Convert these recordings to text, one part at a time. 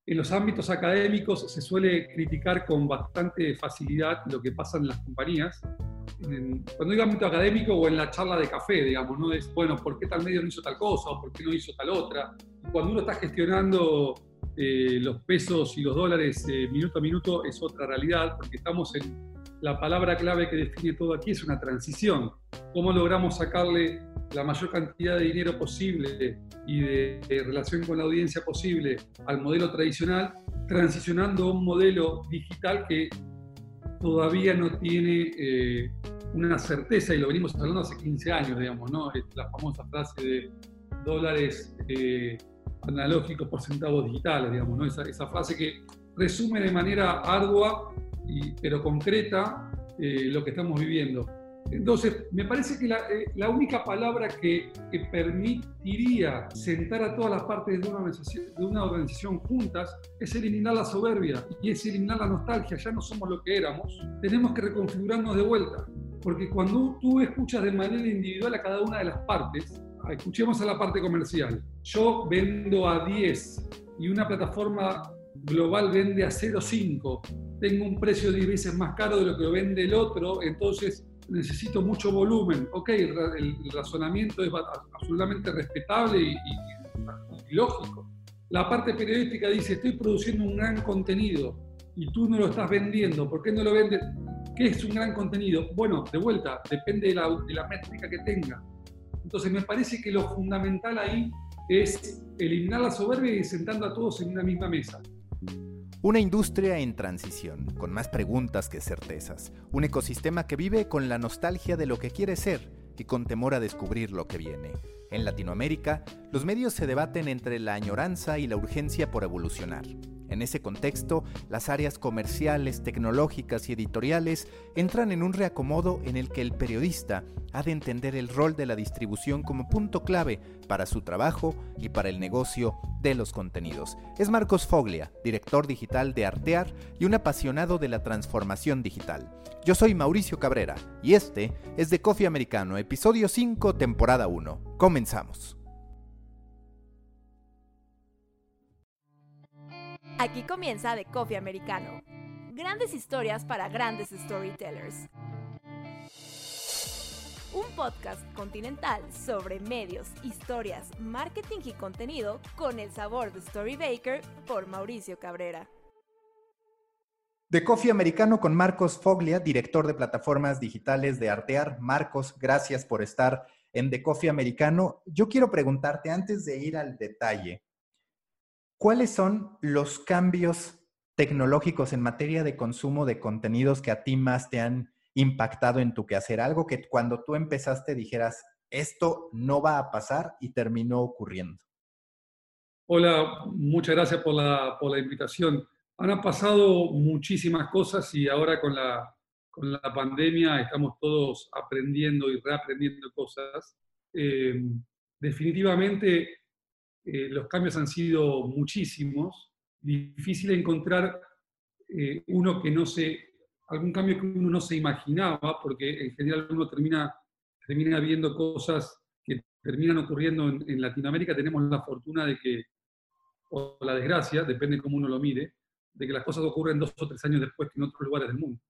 En los ámbitos académicos se suele criticar con bastante facilidad lo que pasa en las compañías. Cuando digo ámbito académico o en la charla de café, digamos, ¿no? Es, bueno, ¿por qué tal medio no hizo tal cosa o por qué no hizo tal otra? Cuando uno está gestionando los pesos y los dólares minuto a minuto es otra realidad, porque estamos en la palabra clave que define todo aquí, es una transición. ¿Cómo logramos sacarle la mayor cantidad de dinero posible y de relación con la audiencia posible al modelo tradicional, transicionando a un modelo digital que todavía no tiene una certeza, y lo venimos hablando hace 15 años, digamos, ¿no? Es la famosa frase de dólares analógicos por centavos digitales, digamos, ¿no? Esa frase que resume de manera ardua pero concreta lo que estamos viviendo. Entonces, me parece que la única palabra que permitiría sentar a todas las partes de una organización juntas es eliminar la soberbia y es eliminar la nostalgia. Ya no somos lo que éramos, tenemos que reconfigurarnos de vuelta, porque cuando tú escuchas de manera individual a cada una de las partes, escuchemos a la parte comercial, yo vendo a 10 y una plataforma global vende a 0,5, tengo un precio 10 veces más caro de lo que vende el otro, entonces necesito mucho volumen. Ok, el razonamiento es absolutamente respetable y lógico. La parte periodística dice, estoy produciendo un gran contenido y tú no lo estás vendiendo, ¿por qué no lo vendes? ¿Qué es un gran contenido? Bueno, de vuelta, depende de la métrica que tenga. Entonces me parece que lo fundamental ahí es eliminar la soberbia y sentando a todos en una misma mesa. Una industria en transición, con más preguntas que certezas. Un ecosistema que vive con la nostalgia de lo que quiere ser y con temor a descubrir lo que viene. En Latinoamérica, los medios se debaten entre la añoranza y la urgencia por evolucionar. En ese contexto, las áreas comerciales, tecnológicas y editoriales entran en un reacomodo en el que el periodista ha de entender el rol de la distribución como punto clave para su trabajo y para el negocio de los contenidos. Es Marcos Foglia, director digital de Artear y un apasionado de la transformación digital. Yo soy Mauricio Cabrera y este es The Coffee Americano, episodio 5, temporada 1. Comenzamos. Aquí comienza The Coffee Americano. Grandes historias para grandes storytellers. Un podcast continental sobre medios, historias, marketing y contenido con el sabor de Storybaker por Mauricio Cabrera. The Coffee Americano con Marcos Foglia, director de plataformas digitales de Artear. Marcos, gracias por estar en The Coffee Americano. Yo quiero preguntarte, antes de ir al detalle, ¿cuáles son los cambios tecnológicos en materia de consumo de contenidos que a ti más te han impactado en tu quehacer? Algo que cuando tú empezaste dijeras, esto no va a pasar y terminó ocurriendo. Hola, muchas gracias por la invitación. Han pasado muchísimas cosas y ahora con la pandemia estamos todos aprendiendo y reaprendiendo cosas. Definitivamente los cambios han sido muchísimos. Difícil encontrar algún cambio que uno no se imaginaba, porque en general uno termina viendo cosas que terminan ocurriendo en Latinoamérica. Tenemos la fortuna de que, o la desgracia, depende de cómo uno lo mire, de que las cosas ocurren 2 o 3 años después que en otros lugares del mundo.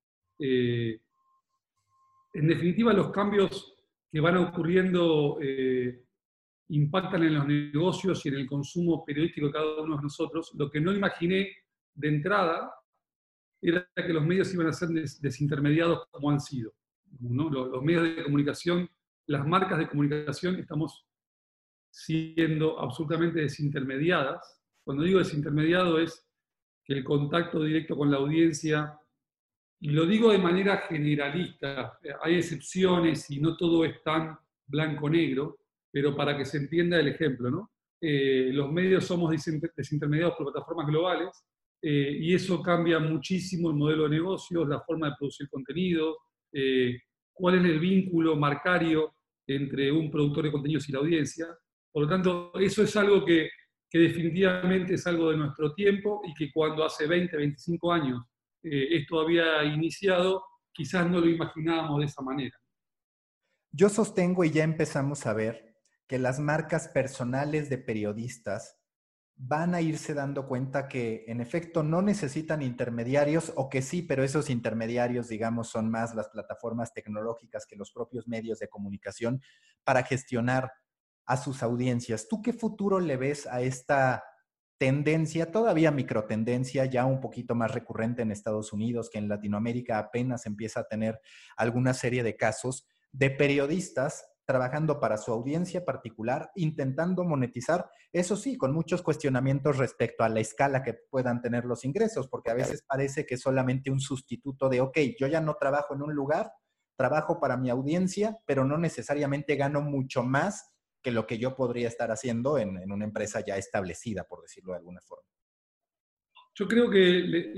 En definitiva, los cambios que van ocurriendo impactan en los negocios y en el consumo periodístico de cada uno de nosotros. Lo que no imaginé de entrada era que los medios iban a ser desintermediados como han sido, ¿no? Los medios de comunicación, las marcas de comunicación, estamos siendo absolutamente desintermediadas. Cuando digo desintermediado es que el contacto directo con la audiencia, y lo digo de manera generalista, hay excepciones y no todo es tan blanco-negro, pero para que se entienda el ejemplo, ¿no? Los medios somos desintermediados por plataformas globales y eso cambia muchísimo el modelo de negocios, la forma de producir contenido, cuál es el vínculo marcario entre un productor de contenidos y la audiencia. Por lo tanto, eso es algo que definitivamente es algo de nuestro tiempo y que cuando hace 20, 25 años esto había iniciado, quizás no lo imaginábamos de esa manera. Yo sostengo, y ya empezamos a ver, que las marcas personales de periodistas van a irse dando cuenta que en efecto no necesitan intermediarios, o que sí, pero esos intermediarios, digamos, son más las plataformas tecnológicas que los propios medios de comunicación para gestionar a sus audiencias. ¿Tú qué futuro le ves a esta tendencia, todavía microtendencia, ya un poquito más recurrente en Estados Unidos, que en Latinoamérica apenas empieza a tener alguna serie de casos de periodistas trabajando para su audiencia particular, intentando monetizar, eso sí, con muchos cuestionamientos respecto a la escala que puedan tener los ingresos, porque a veces parece que es solamente un sustituto de, ok, yo ya no trabajo en un lugar, trabajo para mi audiencia, pero no necesariamente gano mucho más que lo que yo podría estar haciendo en una empresa ya establecida, por decirlo de alguna forma. Yo creo que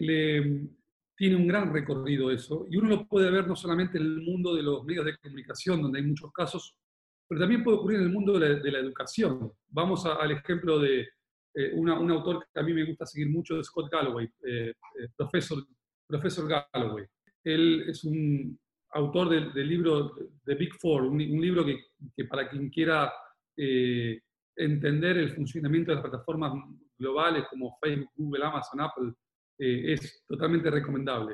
tiene un gran recorrido eso, y uno lo puede ver no solamente en el mundo de los medios de comunicación, donde hay muchos casos, pero también puede ocurrir en el mundo de la educación. Vamos al ejemplo de un autor que a mí me gusta seguir mucho, de Scott Galloway, profesor Galloway. Él es un autor del libro The Big Four, un libro que para quien quiera entender el funcionamiento de las plataformas globales como Facebook, Google, Amazon, Apple, es totalmente recomendable.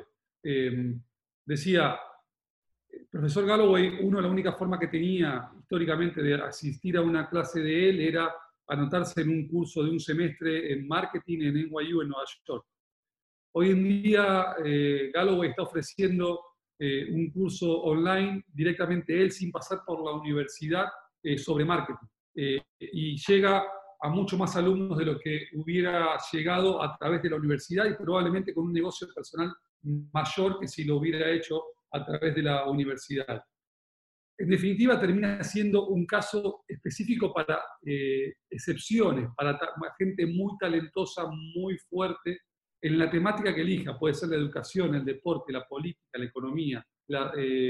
Decía, el profesor Galloway, la única forma que tenía históricamente de asistir a una clase de él era anotarse en un curso de un semestre en marketing en NYU en Nueva York. Hoy en día Galloway está ofreciendo un curso online directamente él sin pasar por la universidad sobre marketing. Y llega a mucho más alumnos de lo que hubiera llegado a través de la universidad, y probablemente con un negocio personal mayor que si lo hubiera hecho a través de la universidad. En definitiva, termina siendo un caso específico para excepciones, para gente muy talentosa, muy fuerte, en la temática que elija. Puede ser la educación, el deporte, la política, la economía, la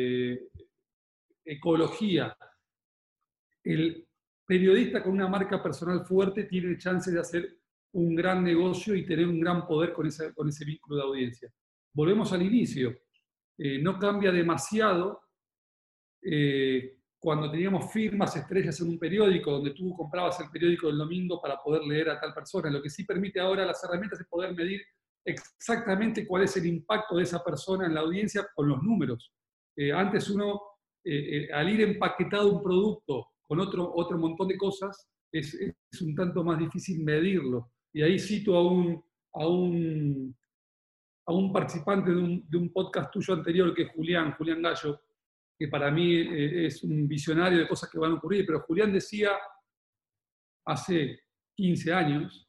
ecología. El periodista con una marca personal fuerte tiene chance de hacer un gran negocio y tener un gran poder con ese vínculo de audiencia. Volvemos al inicio. No cambia demasiado cuando teníamos firmas estrellas en un periódico, donde tú comprabas el periódico del domingo para poder leer a tal persona. Lo que sí permite ahora las herramientas es poder medir exactamente cuál es el impacto de esa persona en la audiencia con los números. Antes uno, al ir empaquetado un producto con otro montón de cosas, es un tanto más difícil medirlo. Y ahí cito a un participante de un podcast tuyo anterior, que es Julián Gallo, que para mí es un visionario de cosas que van a ocurrir, pero Julián decía hace 15 años,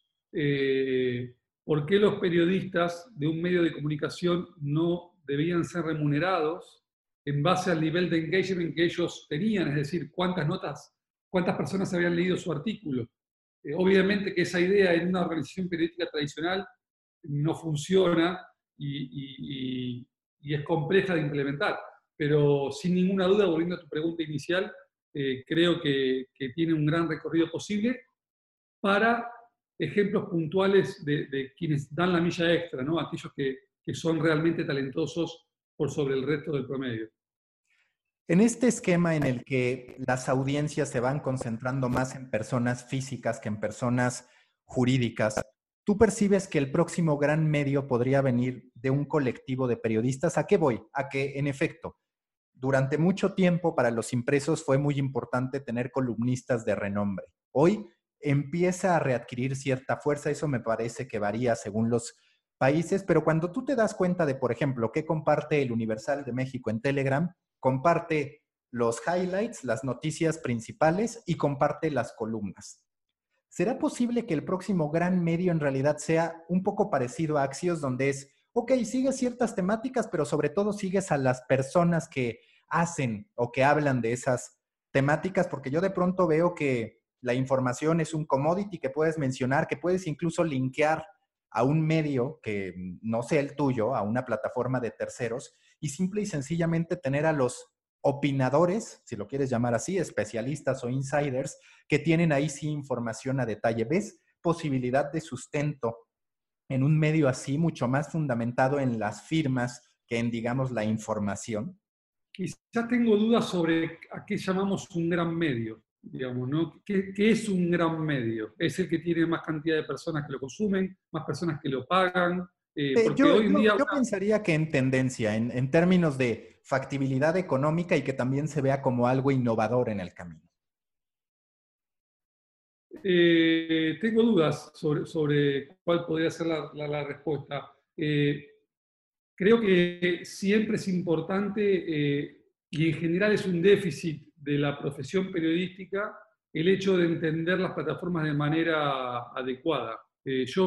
¿por qué los periodistas de un medio de comunicación no debían ser remunerados en base al nivel de engagement que ellos tenían? Es decir, cuántas personas habían leído su artículo. Obviamente que esa idea en una organización periodística tradicional no funciona y es compleja de implementar. Pero sin ninguna duda, volviendo a tu pregunta inicial, creo que tiene un gran recorrido posible para ejemplos puntuales de quienes dan la milla extra, ¿no? Aquellos que son realmente talentosos por sobre el resto del promedio. En este esquema en el que las audiencias se van concentrando más en personas físicas que en personas jurídicas, ¿tú percibes que el próximo gran medio podría venir de un colectivo de periodistas? ¿A qué voy? A que, en efecto, durante mucho tiempo para los impresos fue muy importante tener columnistas de renombre. Hoy empieza a readquirir cierta fuerza, eso me parece que varía según los países, pero cuando tú te das cuenta de, por ejemplo, qué comparte el Universal de México en Telegram, comparte los highlights, las noticias principales, y comparte las columnas. ¿Será posible que el próximo gran medio en realidad sea un poco parecido a Axios, donde es, ok, sigues ciertas temáticas, pero sobre todo sigues a las personas que hacen o que hablan de esas temáticas? Porque yo de pronto veo que la información es un commodity que puedes mencionar, que puedes incluso linkear a un medio que no sea el tuyo, a una plataforma de terceros, y simple y sencillamente tener a los opinadores, si lo quieres llamar así, especialistas o insiders, que tienen ahí sí información a detalle. ¿Ves posibilidad de sustento en un medio así, mucho más fundamentado en las firmas que en, digamos, la información? Quizá tengo dudas sobre a qué llamamos un gran medio. digamos, ¿no? ¿Qué es un gran medio? Es el que tiene más cantidad de personas que lo consumen, más personas que lo pagan, porque Yo, hoy en yo, día yo pensaría que en tendencia, en términos de factibilidad económica y que también se vea como algo innovador en el camino. tengo dudas sobre cuál podría ser la respuesta. Creo que siempre es importante, y en general es un déficit de la profesión periodística, el hecho de entender las plataformas de manera adecuada. Yo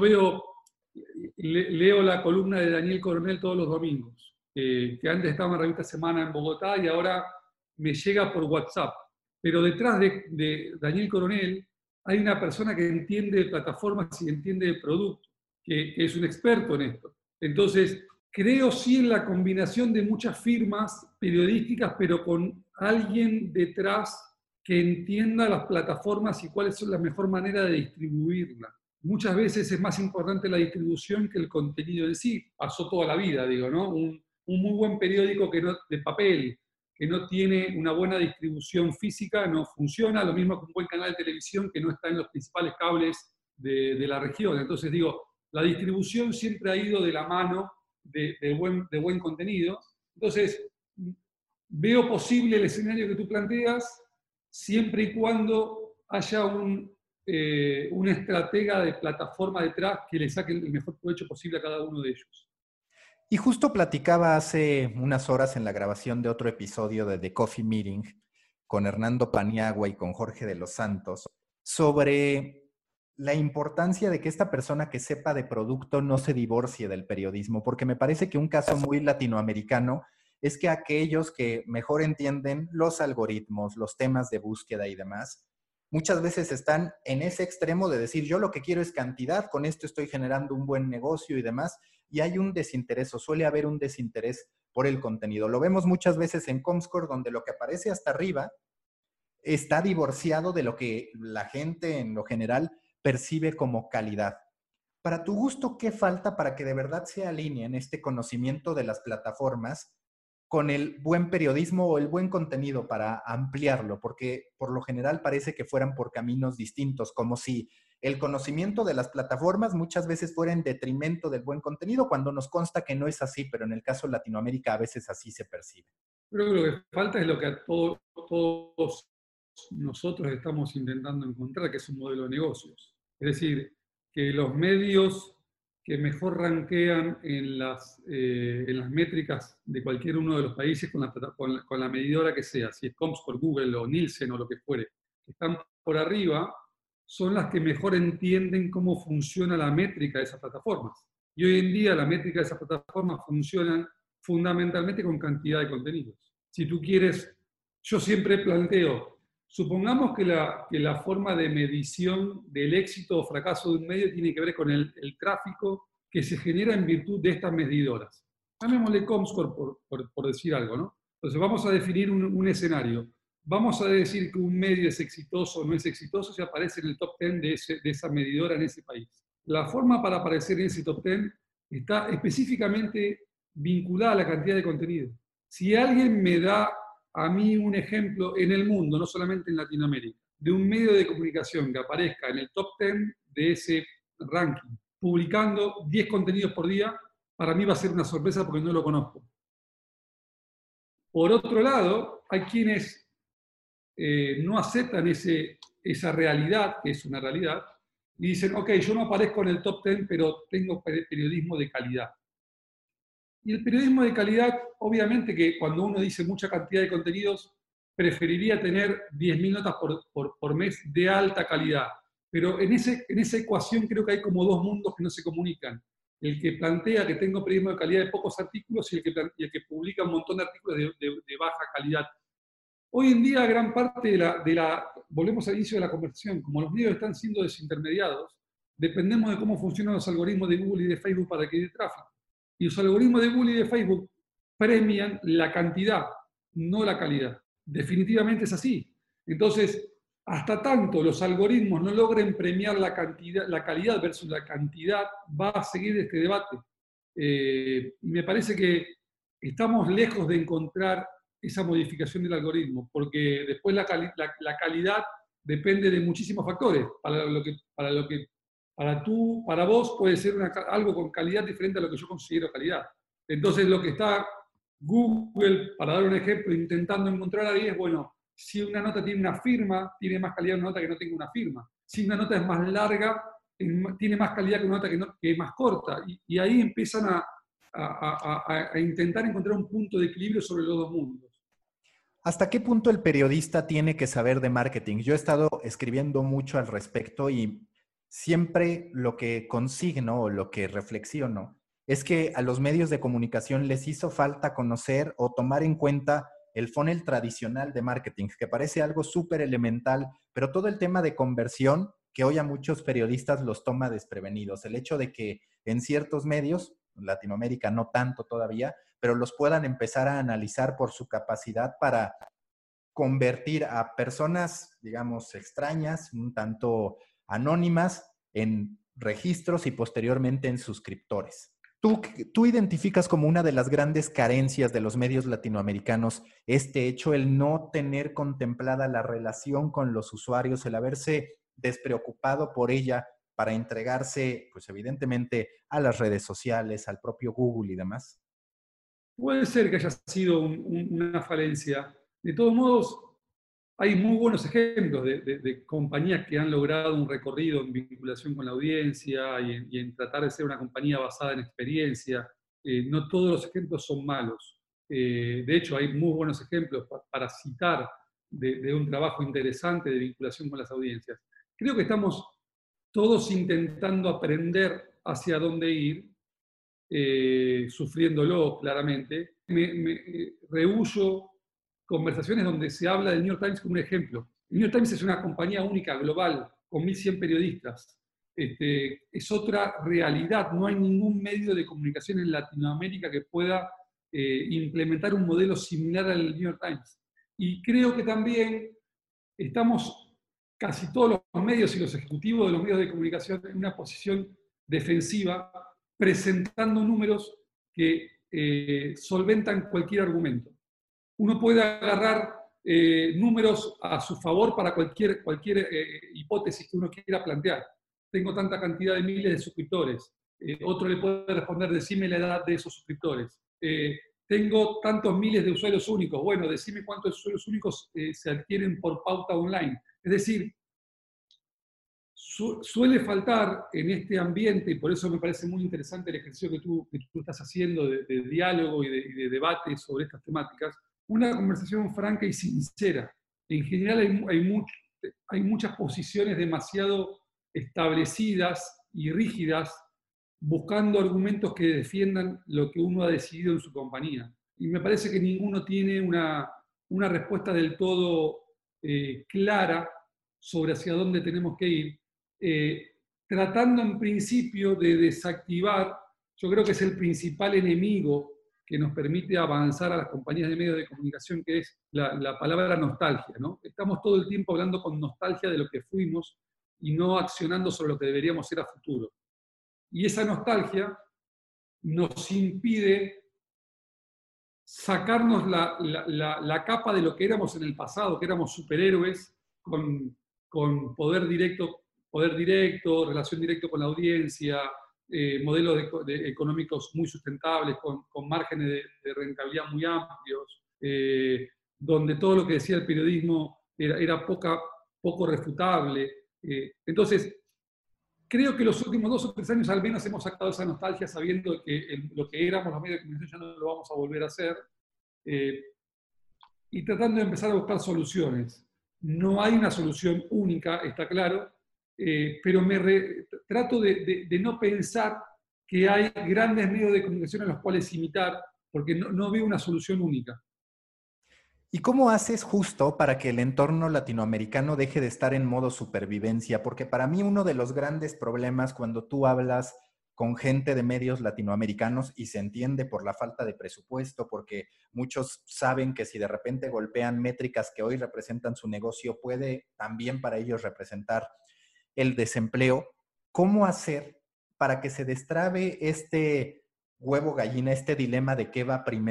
leo la columna de Daniel Coronel todos los domingos, que antes estaba en Revista Semana en Bogotá y ahora me llega por WhatsApp. Pero detrás de Daniel Coronel hay una persona que entiende de plataformas y entiende de producto, que es un experto en esto. Entonces, creo sí en la combinación de muchas firmas periodísticas, pero con alguien detrás que entienda las plataformas y cuáles son la mejor manera de distribuirla. Muchas veces es más importante la distribución que el contenido en sí. Pasó toda la vida, digo, ¿no? Un muy buen periódico de papel, que no tiene una buena distribución física, no funciona. Lo mismo que un buen canal de televisión que no está en los principales cables de la región. Entonces, digo, la distribución siempre ha ido de la mano de buen contenido. Entonces, veo posible el escenario que tú planteas siempre y cuando haya un estratega de plataforma detrás que le saque el mejor provecho posible a cada uno de ellos. Y justo platicaba hace unas horas en la grabación de otro episodio de The Coffee Meeting con Hernando Paniagua y con Jorge de los Santos sobre la importancia de que esta persona que sepa de producto no se divorcie del periodismo, porque me parece que un caso muy latinoamericano es que aquellos que mejor entienden los algoritmos, los temas de búsqueda y demás, muchas veces están en ese extremo de decir, yo lo que quiero es cantidad, con esto estoy generando un buen negocio y demás, y hay un desinterés, o suele haber un desinterés por el contenido. Lo vemos muchas veces en Comscore, donde lo que aparece hasta arriba está divorciado de lo que la gente en lo general percibe como calidad. Para tu gusto, ¿qué falta para que de verdad se alineen este conocimiento de las plataformas con el buen periodismo o el buen contenido para ampliarlo? Porque por lo general parece que fueran por caminos distintos, como si el conocimiento de las plataformas muchas veces fuera en detrimento del buen contenido, cuando nos consta que no es así, pero en el caso de Latinoamérica a veces así se percibe. Creo que lo que falta es lo que a todos nosotros estamos intentando encontrar, que es un modelo de negocios. Es decir, que los medios que mejor rankean en las métricas de cualquier uno de los países con la medidora que sea, si es Comscore, Google o Nielsen o lo que fuere, que están por arriba, son las que mejor entienden cómo funciona la métrica de esas plataformas. Y hoy en día la métrica de esas plataformas funciona fundamentalmente con cantidad de contenidos. Si tú quieres, yo siempre planteo, supongamos que la forma de medición del éxito o fracaso de un medio tiene que ver con el tráfico que se genera en virtud de estas medidoras. Llamémosle Comscore por decir algo, ¿no? Entonces vamos a definir un escenario. Vamos a decir que un medio es exitoso o no es exitoso si aparece en el top 10 de esa medidora en ese país. La forma para aparecer en ese top 10 está específicamente vinculada a la cantidad de contenido. Si alguien me da a mí un ejemplo en el mundo, no solamente en Latinoamérica, de un medio de comunicación que aparezca en el top 10 de ese ranking, publicando 10 contenidos por día, para mí va a ser una sorpresa porque no lo conozco. Por otro lado, hay quienes no aceptan esa realidad, que es una realidad, y dicen, ok, yo no aparezco en el top 10, pero tengo periodismo de calidad. Y el periodismo de calidad, obviamente que cuando uno dice mucha cantidad de contenidos, preferiría tener 10.000 notas por mes de alta calidad. Pero en esa ecuación creo que hay como dos mundos que no se comunican. El que plantea que tengo periodismo de calidad de pocos artículos y el que publica un montón de artículos de baja calidad. Hoy en día, gran parte volvemos al inicio de la conversación, como los medios están siendo desintermediados, dependemos de cómo funcionan los algoritmos de Google y de Facebook para adquirir tráfico. Y los algoritmos de Google y de Facebook premian la cantidad, no la calidad. Definitivamente es así. Entonces, hasta tanto los algoritmos no logren premiar la calidad versus la cantidad, va a seguir este debate. Y me parece que estamos lejos de encontrar esa modificación del algoritmo, porque después la calidad depende de muchísimos factores. Para vos puede ser algo con calidad diferente a lo que yo considero calidad. Entonces lo que está Google, para dar un ejemplo, intentando encontrar ahí es, bueno, si una nota tiene una firma, tiene más calidad una nota que no tenga una firma. Si una nota es más larga, tiene más calidad que una nota que es más corta. Y ahí empiezan a intentar encontrar un punto de equilibrio sobre los dos mundos. ¿Hasta qué punto el periodista tiene que saber de marketing? Yo he estado escribiendo mucho al respecto y siempre lo que consigno o lo que reflexiono es que a los medios de comunicación les hizo falta conocer o tomar en cuenta el funnel tradicional de marketing, que parece algo súper elemental, pero todo el tema de conversión que hoy a muchos periodistas los toma desprevenidos. El hecho de que en ciertos medios, Latinoamérica no tanto todavía, pero los puedan empezar a analizar por su capacidad para convertir a personas, digamos, extrañas, un tanto anónimas, en registros y posteriormente en suscriptores. ¿Tú identificas como una de las grandes carencias de los medios latinoamericanos este hecho, el no tener contemplada la relación con los usuarios, el haberse despreocupado por ella para entregarse, pues evidentemente, a las redes sociales, al propio Google y demás? Puede ser que haya sido una falencia. De todos modos, hay muy buenos ejemplos de compañías que han logrado un recorrido en vinculación con la audiencia y en tratar de ser una compañía basada en experiencia. No todos los ejemplos son malos. De hecho, hay muy buenos ejemplos para citar de un trabajo interesante de vinculación con las audiencias. Creo que estamos todos intentando aprender hacia dónde ir, sufriéndolo claramente. Me rehuyo conversaciones donde se habla del New York Times como un ejemplo. El New York Times es una compañía única, global, con 1.100 periodistas. Es otra realidad. No hay ningún medio de comunicación en Latinoamérica que pueda implementar un modelo similar al New York Times. Y creo que también estamos casi todos los medios y los ejecutivos de los medios de comunicación en una posición defensiva, presentando números que solventan cualquier argumento. Uno puede agarrar números a su favor para cualquier hipótesis que uno quiera plantear. Tengo tanta cantidad de miles de suscriptores. Otro le puede responder, decime la edad de esos suscriptores. Tengo tantos miles de usuarios únicos. Bueno, decime cuántos usuarios únicos se adquieren por pauta online. Es decir, suele faltar en este ambiente, y por eso me parece muy interesante el ejercicio que tú estás haciendo de diálogo y de debate sobre estas temáticas, una conversación franca y sincera. En general hay muchas posiciones demasiado establecidas y rígidas, buscando argumentos que defiendan lo que uno ha decidido en su compañía. Y me parece que ninguno tiene una respuesta del todo clara sobre hacia dónde tenemos que ir, tratando en principio de desactivar, yo creo que es el principal enemigo que nos permite avanzar a las compañías de medios de comunicación, que es la palabra nostalgia, ¿no? Estamos todo el tiempo hablando con nostalgia de lo que fuimos y no accionando sobre lo que deberíamos ser a futuro. Y esa nostalgia nos impide sacarnos la capa de lo que éramos en el pasado, que éramos superhéroes con poder directo, relación directa con la audiencia, modelos económicos muy sustentables, con márgenes de rentabilidad muy amplios, donde todo lo que decía el periodismo era poco refutable. Entonces, creo que los últimos 2 o 3 años al menos hemos sacado esa nostalgia sabiendo que lo que éramos los medios de comunicación ya no lo vamos a volver a hacer, y tratando de empezar a buscar soluciones. No hay una solución única, está claro, pero trato de no pensar que hay grandes medios de comunicación a los cuales imitar, porque no veo una solución única. ¿Y cómo haces justo para que el entorno latinoamericano deje de estar en modo supervivencia? Porque para mí uno de los grandes problemas cuando tú hablas con gente de medios latinoamericanos, y se entiende por la falta de presupuesto, porque muchos saben que si de repente golpean métricas que hoy representan su negocio, puede también para ellos representar el desempleo. ¿Cómo hacer para que se destrabe este huevo gallina, este dilema de qué va primero?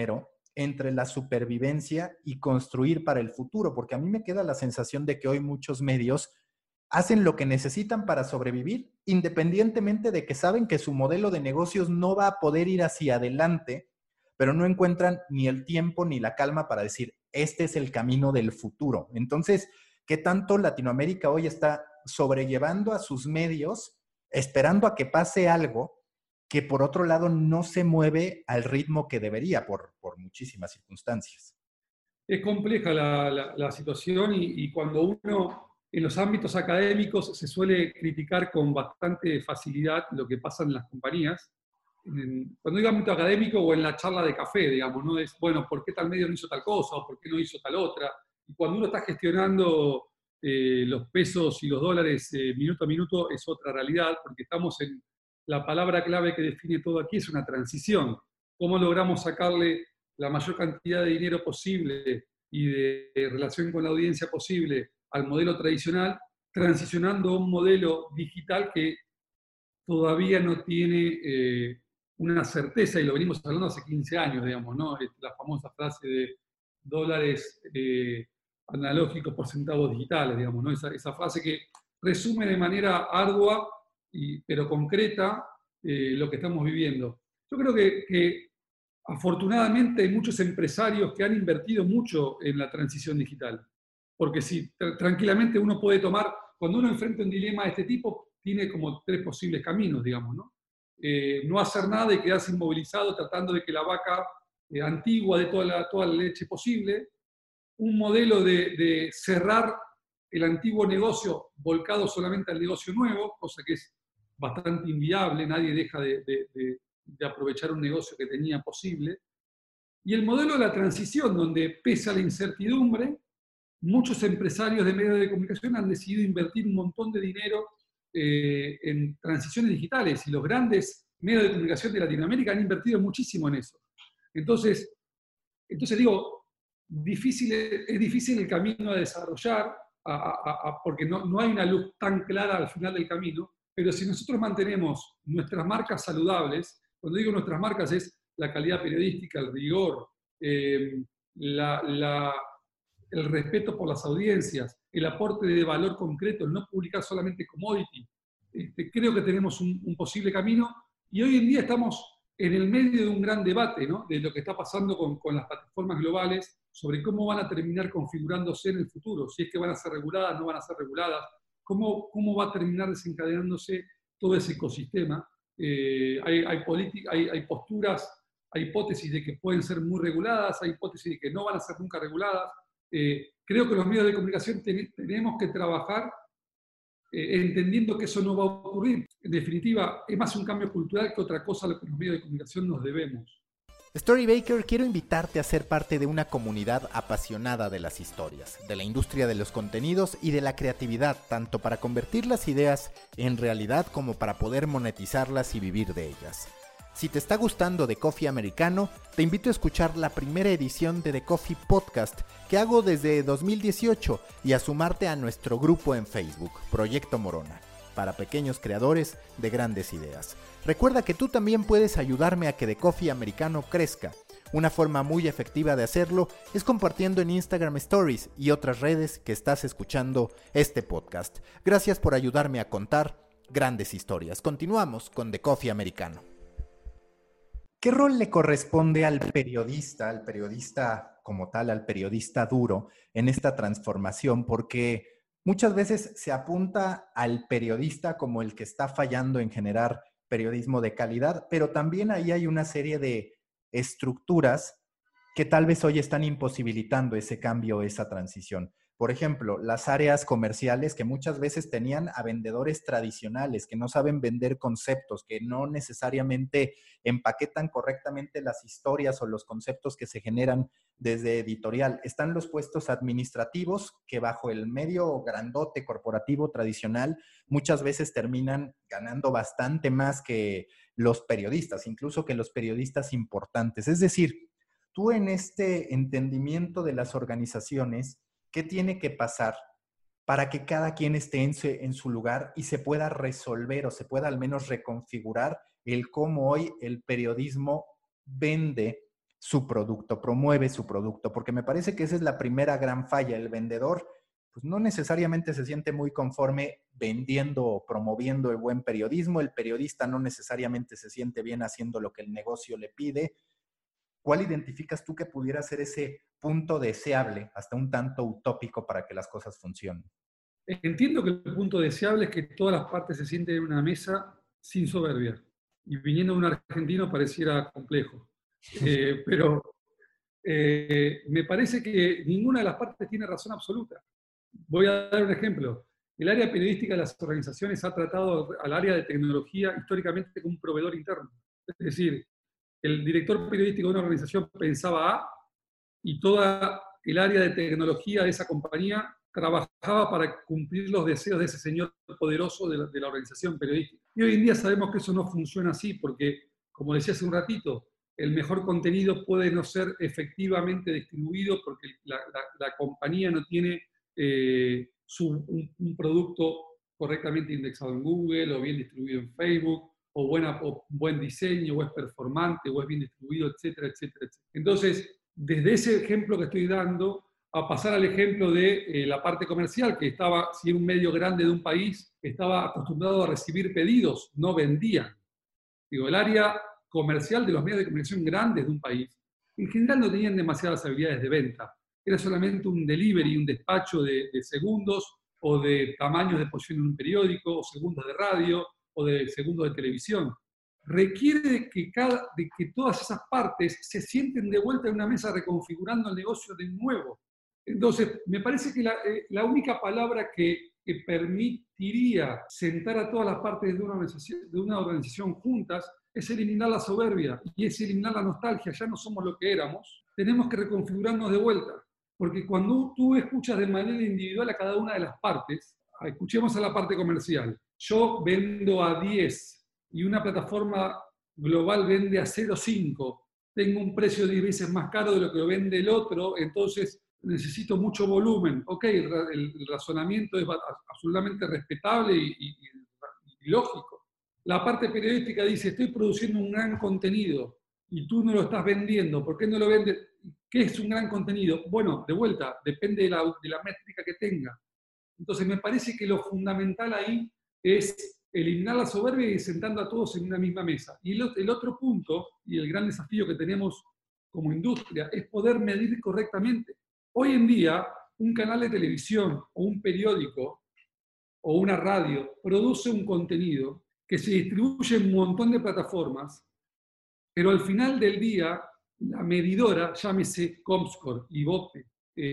entre la supervivencia y construir para el futuro, porque a mí me queda la sensación de que hoy muchos medios hacen lo que necesitan para sobrevivir, independientemente de que saben que su modelo de negocios no va a poder ir hacia adelante, pero no encuentran ni el tiempo ni la calma para decir, este es el camino del futuro. Entonces, ¿qué tanto Latinoamérica hoy está sobrellevando a sus medios, esperando a que pase algo que por otro lado no se mueve al ritmo que debería por muchísimas circunstancias? Es compleja la situación y cuando uno en los ámbitos académicos se suele criticar con bastante facilidad lo que pasa en las compañías. Cuando digo ámbito académico o en la charla de café, digamos, ¿no? Es, bueno, ¿por qué tal medio no hizo tal cosa o por qué no hizo tal otra? Y cuando uno está gestionando los pesos y los dólares minuto a minuto es otra realidad, porque estamos en la palabra clave que define todo aquí, es una transición. ¿Cómo logramos sacarle la mayor cantidad de dinero posible y de relación con la audiencia posible al modelo tradicional, transicionando a un modelo digital que todavía no tiene una certeza, y lo venimos hablando hace 15 años, digamos, ¿no? La famosa frase de dólares analógicos por centavos digitales, digamos, ¿no? Esa frase que resume de manera ardua, pero concreta, lo que estamos viviendo. Yo creo que afortunadamente hay muchos empresarios que han invertido mucho en la transición digital, porque si tranquilamente uno puede tomar, cuando uno enfrenta un dilema de este tipo, tiene como tres posibles caminos, digamos, ¿no? No hacer nada y quedarse inmovilizado tratando de que la vaca antigua dé toda la leche posible, un modelo de cerrar el antiguo negocio volcado solamente al negocio nuevo, cosa que es bastante inviable, nadie deja de aprovechar un negocio que tenía posible, y el modelo de la transición, donde pese a la incertidumbre, muchos empresarios de medios de comunicación han decidido invertir un montón de dinero en transiciones digitales, y los grandes medios de comunicación de Latinoamérica han invertido muchísimo en eso. Entonces digo, es difícil el camino a desarrollar, porque no hay una luz tan clara al final del camino, pero si nosotros mantenemos nuestras marcas saludables, cuando digo nuestras marcas es la calidad periodística, el rigor, el respeto por las audiencias, el aporte de valor concreto, el no publicar solamente commodity. Creo que tenemos un posible camino, y hoy en día estamos en el medio de un gran debate, ¿no? De lo que está pasando con las plataformas globales, sobre cómo van a terminar configurándose en el futuro, si es que van a ser reguladas, no van a ser reguladas, cómo va a terminar desencadenándose todo ese ecosistema. Hay posturas, hay hipótesis de que pueden ser muy reguladas, hay hipótesis de que no van a ser nunca reguladas. Creo que los medios de comunicación tenemos que trabajar entendiendo que eso no va a ocurrir. En definitiva, es más un cambio cultural que otra cosa a lo que los medios de comunicación nos debemos. Storybaker, quiero invitarte a ser parte de una comunidad apasionada de las historias, de la industria de los contenidos y de la creatividad, tanto para convertir las ideas en realidad como para poder monetizarlas y vivir de ellas. Si te está gustando The Coffee Americano, te invito a escuchar la primera edición de The Coffee Podcast que hago desde 2018 y a sumarte a nuestro grupo en Facebook, Proyecto Morona, para pequeños creadores de grandes ideas. Recuerda que tú también puedes ayudarme a que The Coffee Americano crezca. Una forma muy efectiva de hacerlo es compartiendo en Instagram Stories y otras redes que estás escuchando este podcast. Gracias por ayudarme a contar grandes historias. Continuamos con The Coffee Americano. ¿Qué rol le corresponde al periodista como tal, al periodista duro en esta transformación? Porque muchas veces se apunta al periodista como el que está fallando en generar periodismo de calidad, pero también ahí hay una serie de estructuras que tal vez hoy están imposibilitando ese cambio, esa transición. Por ejemplo, las áreas comerciales que muchas veces tenían a vendedores tradicionales que no saben vender conceptos, que no necesariamente empaquetan correctamente las historias o los conceptos que se generan desde editorial. Están los puestos administrativos que bajo el medio grandote corporativo tradicional muchas veces terminan ganando bastante más que los periodistas, incluso que los periodistas importantes. Es decir, tú en este entendimiento de las organizaciones, ¿qué tiene que pasar para que cada quien esté en su lugar y se pueda resolver o se pueda al menos reconfigurar el cómo hoy el periodismo vende su producto, promueve su producto, porque me parece que esa es la primera gran falla. El vendedor pues no necesariamente se siente muy conforme vendiendo o promoviendo el buen periodismo, el periodista no necesariamente se siente bien haciendo lo que el negocio le pide. ¿Cuál identificas tú que pudiera ser ese punto deseable, hasta un tanto utópico, para que las cosas funcionen? Entiendo que el punto deseable es que todas las partes se sienten en una mesa sin soberbia. Y viniendo de un argentino pareciera complejo. Pero me parece que ninguna de las partes tiene razón absoluta. Voy a dar un ejemplo. El área periodística de las organizaciones ha tratado al área de tecnología históricamente como un proveedor interno. Es decir, el director periodístico de una organización pensaba A y toda el área de tecnología de esa compañía trabajaba para cumplir los deseos de ese señor poderoso de la organización periodística. Y hoy en día sabemos que eso no funciona así porque, como decía hace un ratito, el mejor contenido puede no ser efectivamente distribuido porque la compañía no tiene un producto correctamente indexado en Google o bien distribuido en Facebook o buen diseño o es performante o es bien distribuido, etcétera, etcétera, etcétera. Entonces, desde ese ejemplo que estoy dando, a pasar al ejemplo de la parte comercial, que estaba, si era un medio grande de un país, estaba acostumbrado a recibir pedidos, no vendían. Digo, el área comercial de los medios de comunicación grandes de un país, en general no tenían demasiadas habilidades de venta. Era solamente un delivery, un despacho de segundos o de tamaños de posición en un periódico, o segundos de radio, o de segundos de televisión. Requiere de que todas esas partes se sienten de vuelta en una mesa reconfigurando el negocio de nuevo. Entonces, me parece que la única palabra que permitiría sentar a todas las partes de una organización juntas es eliminar la soberbia y es eliminar la nostalgia. Ya no somos lo que éramos, tenemos que reconfigurarnos de vuelta. Porque cuando tú escuchas de manera individual a cada una de las partes, escuchemos a la parte comercial. Yo vendo a 10 y una plataforma global vende a 0,5. Tengo un precio 10 veces más caro de lo que lo vende el otro, entonces necesito mucho volumen. Ok, el razonamiento es absolutamente respetable y lógico. La parte periodística dice, estoy produciendo un gran contenido y tú no lo estás vendiendo. ¿Por qué no lo vendes? ¿Qué es un gran contenido? Bueno, de vuelta, depende de la métrica que tenga. Entonces me parece que lo fundamental ahí es eliminar la soberbia y sentando a todos en una misma mesa. Y el otro punto, y el gran desafío que tenemos como industria, es poder medir correctamente. Hoy en día, un canal de televisión o un periódico o una radio produce un contenido que se distribuye en un montón de plataformas, pero al final del día, la medidora, llámese Comscore, Ibope,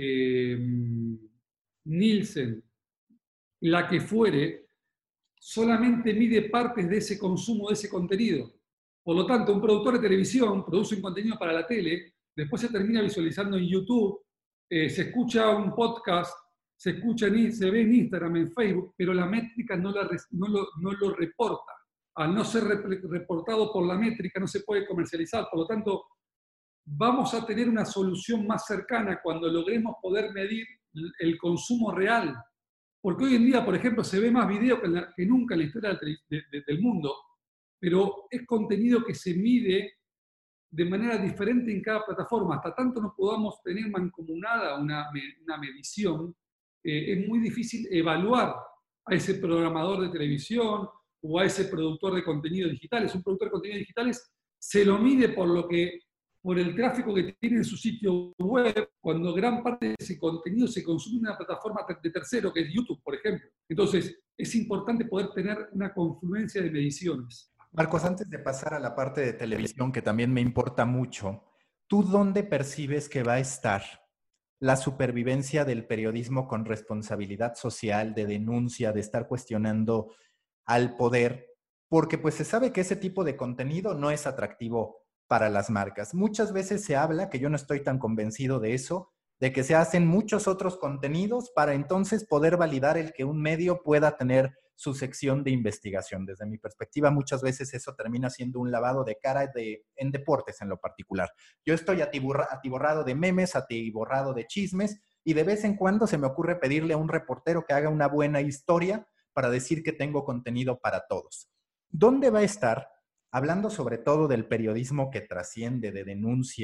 Nielsen, la que fuere, solamente mide partes de ese consumo de ese contenido. Por lo tanto, un productor de televisión produce un contenido para la tele, después se termina visualizando en YouTube, se escucha un podcast, se ve en Instagram, en Facebook, pero la métrica no lo reporta. Al no ser reportado por la métrica, no se puede comercializar. Por lo tanto, vamos a tener una solución más cercana cuando logremos poder medir el consumo real. Porque hoy en día, por ejemplo, se ve más video que nunca en la historia del mundo, pero es contenido que se mide de manera diferente en cada plataforma. Hasta tanto no podamos tener mancomunada una medición, es muy difícil evaluar a ese programador de televisión o a ese productor de contenidos digitales. Un productor de contenidos digitales se lo mide por el tráfico que tiene en su sitio web, cuando gran parte de ese contenido se consume en una plataforma de tercero, que es YouTube, por ejemplo. Entonces, es importante poder tener una confluencia de mediciones. Marcos, antes de pasar a la parte de televisión, que también me importa mucho, ¿tú dónde percibes que va a estar la supervivencia del periodismo con responsabilidad social, de denuncia, de estar cuestionando al poder? Porque pues se sabe que ese tipo de contenido no es atractivo para las marcas. Muchas veces se habla, que yo no estoy tan convencido de eso, de que se hacen muchos otros contenidos para entonces poder validar el que un medio pueda tener su sección de investigación. Desde mi perspectiva, muchas veces eso termina siendo un lavado de cara en deportes en lo particular. Yo estoy atiborrado de memes, atiborrado de chismes, y de vez en cuando se me ocurre pedirle a un reportero que haga una buena historia para decir que tengo contenido para todos. ¿Dónde va a estar, hablando sobre todo del periodismo que trasciende, de denuncia,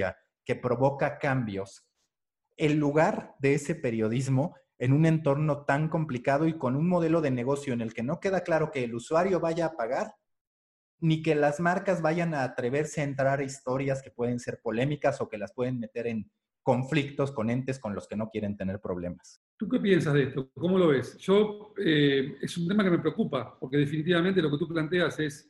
que provoca cambios, el lugar de ese periodismo en un entorno tan complicado y con un modelo de negocio en el que no queda claro que el usuario vaya a pagar, ni que las marcas vayan a atreverse a entrar a historias que pueden ser polémicas o que las pueden meter en conflictos con entes con los que no quieren tener problemas. ¿Tú qué piensas de esto? ¿Cómo lo ves? Yo, es un tema que me preocupa, porque definitivamente lo que tú planteas es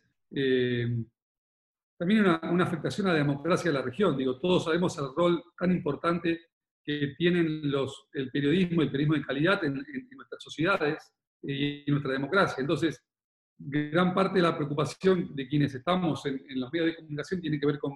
también una afectación a la democracia de la región. Digo, todos sabemos el rol tan importante que tienen el periodismo y el periodismo de calidad en nuestras sociedades y en nuestra democracia. Entonces, gran parte de la preocupación de quienes estamos en los medios de comunicación tiene que ver con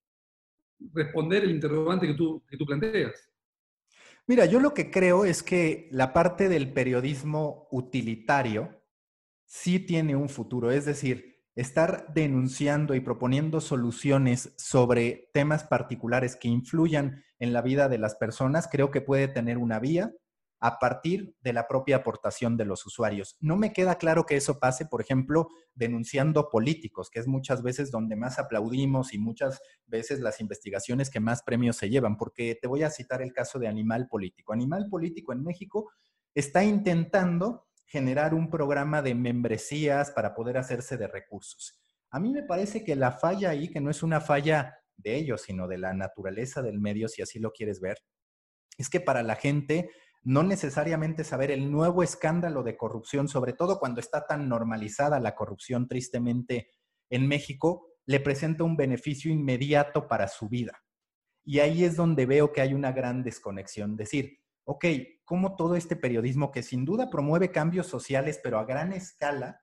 responder el interrogante que tú planteas. Mira, yo lo que creo es que la parte del periodismo utilitario sí tiene un futuro, es decir, estar denunciando y proponiendo soluciones sobre temas particulares que influyan en la vida de las personas, creo que puede tener una vía a partir de la propia aportación de los usuarios. No me queda claro que eso pase, por ejemplo, denunciando políticos, que es muchas veces donde más aplaudimos y muchas veces las investigaciones que más premios se llevan, porque te voy a citar el caso de Animal Político. Animal Político en México está intentando generar un programa de membresías para poder hacerse de recursos. A mí me parece que la falla ahí, que no es una falla de ellos, sino de la naturaleza del medio, si así lo quieres ver, es que para la gente no necesariamente saber el nuevo escándalo de corrupción, sobre todo cuando está tan normalizada la corrupción tristemente en México, le presenta un beneficio inmediato para su vida. Y ahí es donde veo que hay una gran desconexión. Decir, ok, ¿cómo todo este periodismo que sin duda promueve cambios sociales, pero a gran escala,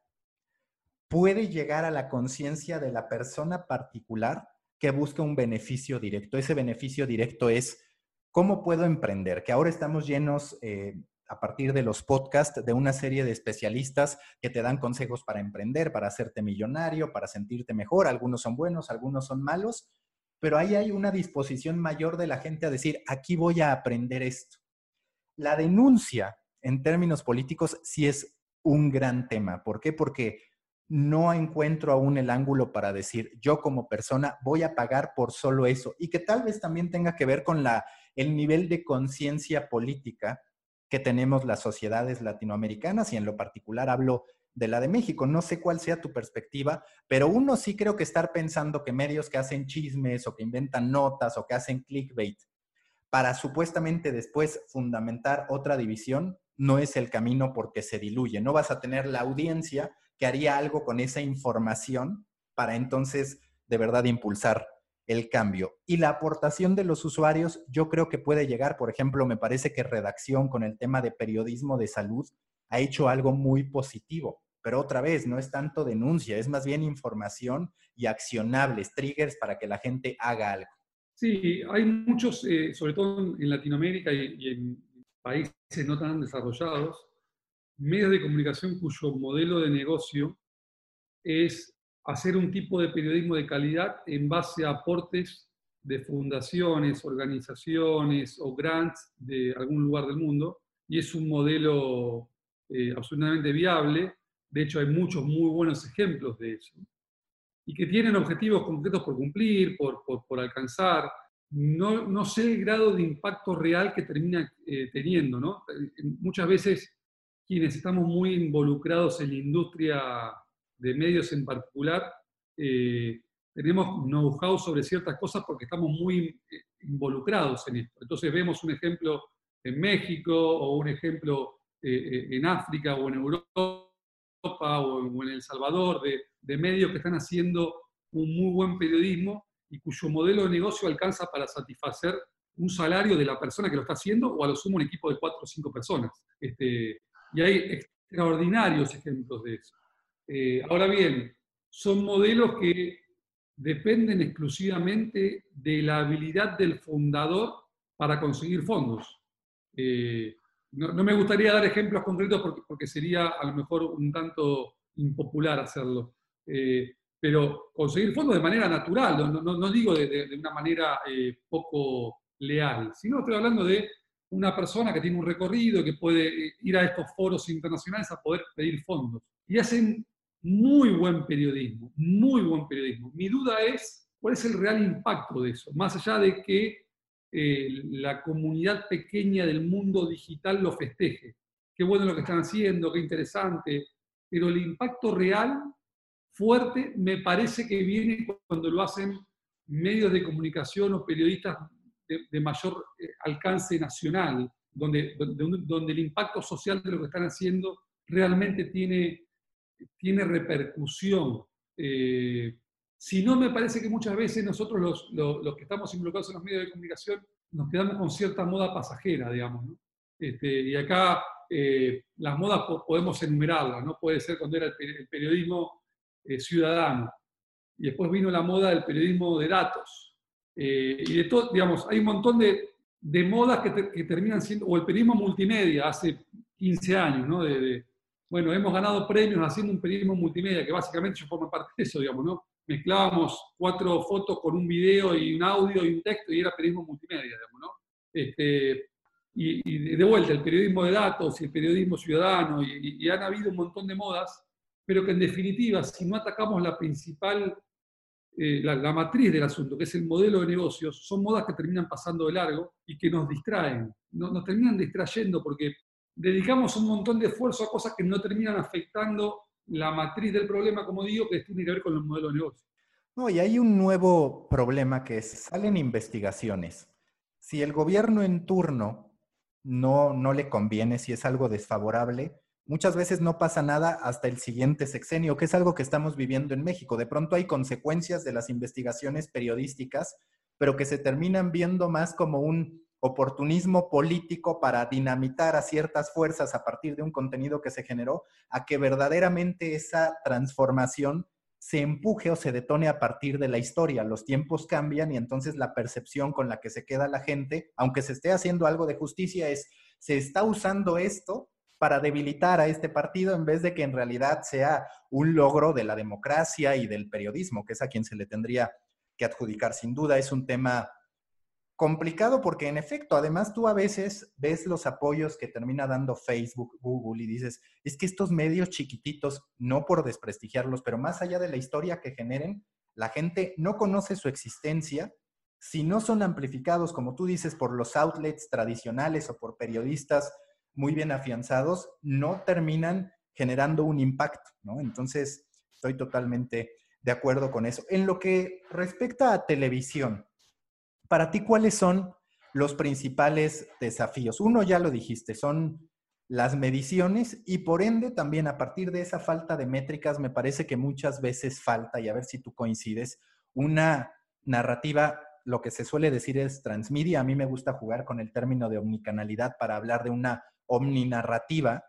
puede llegar a la conciencia de la persona particular que busca un beneficio directo? Ese beneficio directo es, ¿cómo puedo emprender? Que ahora estamos llenos, a partir de los podcasts, de una serie de especialistas que te dan consejos para emprender, para hacerte millonario, para sentirte mejor. Algunos son buenos, algunos son malos, pero ahí hay una disposición mayor de la gente a decir, aquí voy a aprender esto. La denuncia, en términos políticos, sí es un gran tema. ¿Por qué? Porque no encuentro aún el ángulo para decir, yo como persona voy a pagar por solo eso, y que tal vez también tenga que ver con el nivel de conciencia política que tenemos las sociedades latinoamericanas, y en lo particular hablo de la de México. No sé cuál sea tu perspectiva, pero uno sí creo que estar pensando que medios que hacen chismes o que inventan notas o que hacen clickbait para supuestamente después fundamentar otra división no es el camino, porque se diluye. No vas a tener la audiencia que haría algo con esa información para entonces de verdad impulsar el cambio. Y la aportación de los usuarios, yo creo que puede llegar, por ejemplo, me parece que Redacción con el tema de periodismo de salud ha hecho algo muy positivo, pero otra vez no es tanto denuncia, es más bien información y accionables, triggers para que la gente haga algo. Sí, hay muchos, sobre todo en Latinoamérica y en países no tan desarrollados, medios de comunicación cuyo modelo de negocio es hacer un tipo de periodismo de calidad en base a aportes de fundaciones, organizaciones o grants de algún lugar del mundo, y es un modelo absolutamente viable. De hecho, hay muchos muy buenos ejemplos de eso, y que tienen objetivos concretos por cumplir, por alcanzar. No sé el grado de impacto real que termina teniendo, ¿no? Muchas veces quienes estamos muy involucrados en la industria de medios en particular, tenemos know-how sobre ciertas cosas porque estamos muy involucrados en esto. Entonces vemos un ejemplo en México o un ejemplo en África o en Europa o en El Salvador, de medios que están haciendo un muy buen periodismo y cuyo modelo de negocio alcanza para satisfacer un salario de la persona que lo está haciendo, o a lo sumo un equipo de 4 o 5 personas. Y hay extraordinarios ejemplos de eso. Ahora bien, son modelos que dependen exclusivamente de la habilidad del fundador para conseguir fondos. No me gustaría dar ejemplos concretos porque sería a lo mejor un tanto impopular hacerlo. Pero conseguir fondos de manera natural, no digo de una manera poco leal, sino estoy hablando de una persona que tiene un recorrido, que puede ir a estos foros internacionales a poder pedir fondos. Y hacen muy buen periodismo, muy buen periodismo. Mi duda es cuál es el real impacto de eso, más allá de que la comunidad pequeña del mundo digital lo festeje. Qué bueno lo que están haciendo, qué interesante, pero el impacto real, fuerte, me parece que viene cuando lo hacen medios de comunicación o periodistas de mayor alcance nacional, donde el impacto social de lo que están haciendo realmente tiene repercusión. Si no, me parece que muchas veces nosotros los que estamos involucrados en los medios de comunicación nos quedamos con cierta moda pasajera, digamos, ¿no? Y acá las modas podemos enumerarlas, ¿no? Puede ser cuando era el periodismo ciudadano, y después vino la moda del periodismo de datos, y de todo, digamos, hay un montón de modas que terminan siendo, o el periodismo multimedia hace 15 años, ¿no? Bueno, hemos ganado premios haciendo un periodismo multimedia, que básicamente yo formo parte de eso, digamos, ¿no? Mezclábamos 4 fotos con un video y un audio y un texto y era periodismo multimedia, digamos, ¿no? Y de vuelta, el periodismo de datos y el periodismo ciudadano, y han habido un montón de modas, pero que en definitiva, si no atacamos la principal, la matriz del asunto, que es el modelo de negocios, son modas que terminan pasando de largo y que nos distraen, nos terminan distrayendo porque dedicamos un montón de esfuerzo a cosas que no terminan afectando la matriz del problema, como digo, que tiene que ver con el modelo de negocio. No, y hay un nuevo problema que es, salen investigaciones. Si el gobierno en turno no le conviene, si es algo desfavorable, muchas veces no pasa nada hasta el siguiente sexenio, que es algo que estamos viviendo en México. De pronto hay consecuencias de las investigaciones periodísticas, pero que se terminan viendo más como un oportunismo político para dinamitar a ciertas fuerzas a partir de un contenido que se generó, a que verdaderamente esa transformación se empuje o se detone a partir de la historia. Los tiempos cambian y entonces la percepción con la que se queda la gente, aunque se esté haciendo algo de justicia, es, se está usando esto para debilitar a este partido en vez de que en realidad sea un logro de la democracia y del periodismo, que es a quien se le tendría que adjudicar. Sin duda es un tema complicado porque en efecto, además tú a veces ves los apoyos que termina dando Facebook, Google y dices, es que estos medios chiquititos, no por desprestigiarlos, pero más allá de la historia que generen, la gente no conoce su existencia. Si no son amplificados, como tú dices, por los outlets tradicionales o por periodistas muy bien afianzados, no terminan generando un impacto, ¿no? Entonces, estoy totalmente de acuerdo con eso. En lo que respecta a televisión, para ti, ¿cuáles son los principales desafíos? Uno, ya lo dijiste, son las mediciones y por ende también a partir de esa falta de métricas me parece que muchas veces falta, y a ver si tú coincides, una narrativa, lo que se suele decir es transmedia. A mí me gusta jugar con el término de omnicanalidad para hablar de una omninarrativa,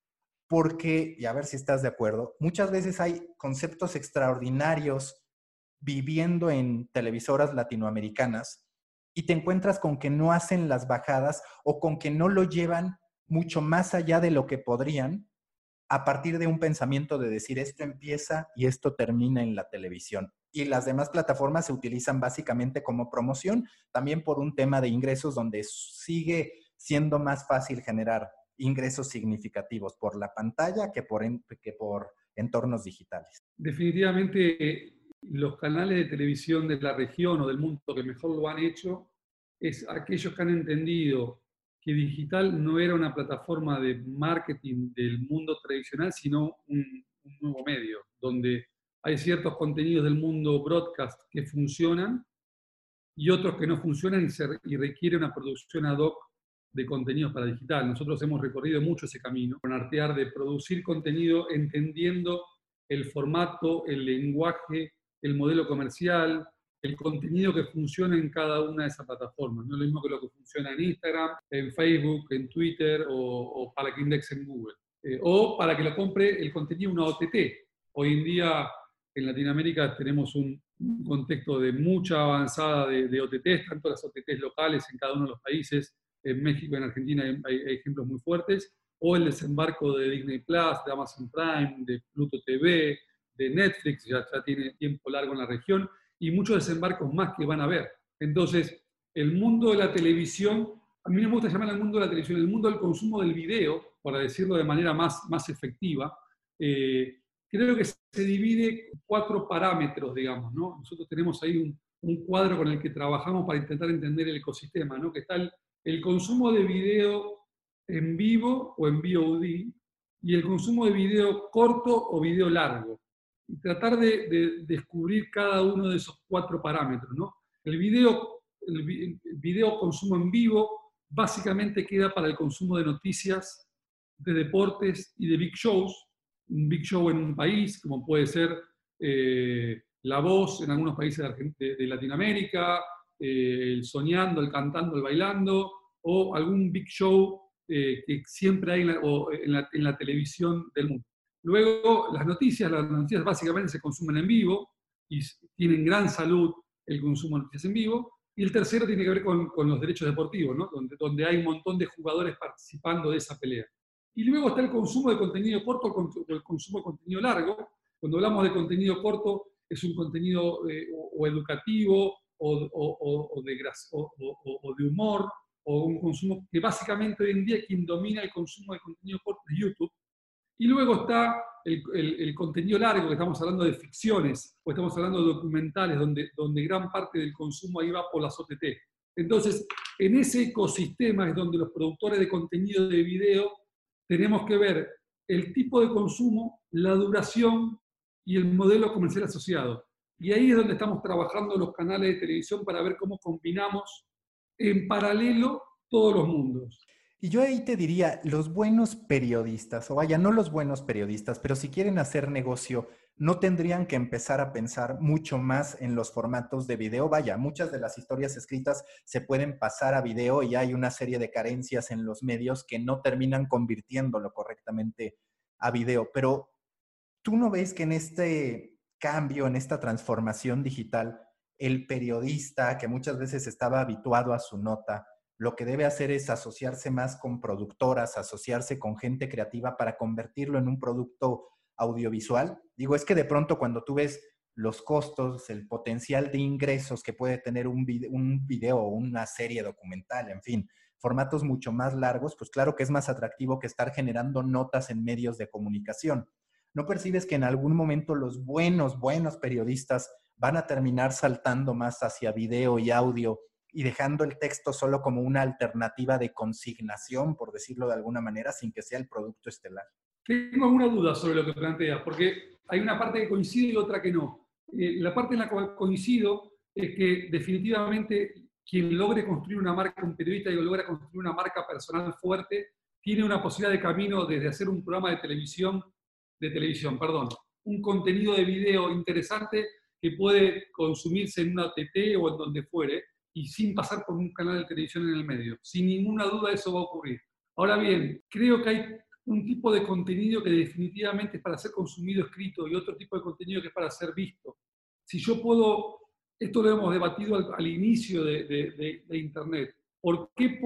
porque, y a ver si estás de acuerdo, muchas veces hay conceptos extraordinarios viviendo en televisoras latinoamericanas y te encuentras con que no hacen las bajadas o con que no lo llevan mucho más allá de lo que podrían a partir de un pensamiento de decir esto empieza y esto termina en la televisión. Y las demás plataformas se utilizan básicamente como promoción, también por un tema de ingresos donde sigue siendo más fácil generar ingresos significativos por la pantalla que por entornos digitales. Definitivamente los canales de televisión de la región o del mundo que mejor lo han hecho es aquellos que han entendido que digital no era una plataforma de marketing del mundo tradicional, sino un nuevo medio, donde hay ciertos contenidos del mundo broadcast que funcionan y otros que no funcionan y requiere una producción ad hoc de contenidos para digital. Nosotros hemos recorrido mucho ese camino, con Artear, de producir contenido entendiendo el formato, el lenguaje, el modelo comercial, el contenido que funciona en cada una de esas plataformas. No es lo mismo que lo que funciona en Instagram, en Facebook, en Twitter o para que indexe en Google. O para que lo compre el contenido una OTT. Hoy en día en Latinoamérica tenemos un contexto de mucha avanzada de OTTs, tanto las OTTs locales en cada uno de los países. En México y en Argentina hay ejemplos muy fuertes. O el desembarco de Disney Plus, de Amazon Prime, de Pluto TV, de Netflix, ya tiene tiempo largo en la región, y muchos desembarcos más que van a haber. Entonces, el mundo de la televisión, a mí me gusta llamar el mundo de la televisión, el mundo del consumo del video, para decirlo de manera más efectiva, creo que se divide en 4 parámetros, digamos, ¿no? Nosotros tenemos ahí un cuadro con el que trabajamos para intentar entender el ecosistema, ¿no? Que está el consumo de video en vivo o en VOD y el consumo de video corto o video largo. Y tratar de descubrir cada uno de esos 4 parámetros, ¿no? El video consumo en vivo básicamente queda para el consumo de noticias, de deportes y de big shows. Un big show en un país, como puede ser La Voz en algunos países de Latinoamérica, el Soñando, el Cantando, el Bailando, o algún big show que siempre hay en la televisión del mundo. Luego, las noticias básicamente se consumen en vivo y tienen gran salud el consumo de noticias en vivo. Y el tercero tiene que ver con los derechos deportivos, ¿no? Donde hay un montón de jugadores participando de esa pelea. Y luego está el consumo de contenido corto o el consumo de contenido largo. Cuando hablamos de contenido corto, es un contenido o educativo o de humor, o un consumo que básicamente hoy en día quien domina el consumo de contenido corto es YouTube. Y luego está el contenido largo, que estamos hablando de ficciones, o estamos hablando de documentales, donde gran parte del consumo ahí va por las OTT. Entonces, en ese ecosistema es donde los productores de contenido de video tenemos que ver el tipo de consumo, la duración y el modelo comercial asociado. Y ahí es donde estamos trabajando los canales de televisión para ver cómo combinamos en paralelo todos los mundos. Y yo ahí te diría, los buenos periodistas, o vaya, no los buenos periodistas, pero si quieren hacer negocio, no tendrían que empezar a pensar mucho más en los formatos de video. Vaya, muchas de las historias escritas se pueden pasar a video y hay una serie de carencias en los medios que no terminan convirtiéndolo correctamente a video. Pero ¿tú no ves que en este cambio, en esta transformación digital, el periodista, que muchas veces estaba habituado a su nota, lo que debe hacer es asociarse más con productoras, asociarse con gente creativa para convertirlo en un producto audiovisual? Digo, es que de pronto cuando tú ves los costos, el potencial de ingresos que puede tener un video o una serie documental, en fin, formatos mucho más largos, pues claro que es más atractivo que estar generando notas en medios de comunicación. ¿No percibes que en algún momento los buenos periodistas van a terminar saltando más hacia video y audio y dejando el texto solo como una alternativa de consignación, por decirlo de alguna manera, sin que sea el producto estelar? Tengo alguna duda sobre lo que planteas, porque hay una parte que coincide y otra que no. La parte en la cual coincido es que definitivamente quien logre construir una marca, un periodista que logra construir una marca personal fuerte, tiene una posibilidad de camino desde hacer un programa de televisión, un contenido de video interesante que puede consumirse en una OTT o en donde fuere, y sin pasar por un canal de televisión en el medio. Sin ninguna duda eso va a ocurrir. Ahora bien, creo que hay un tipo de contenido que definitivamente es para ser consumido escrito y otro tipo de contenido que es para ser visto. Si yo puedo, esto lo hemos debatido al inicio de Internet, ¿por qué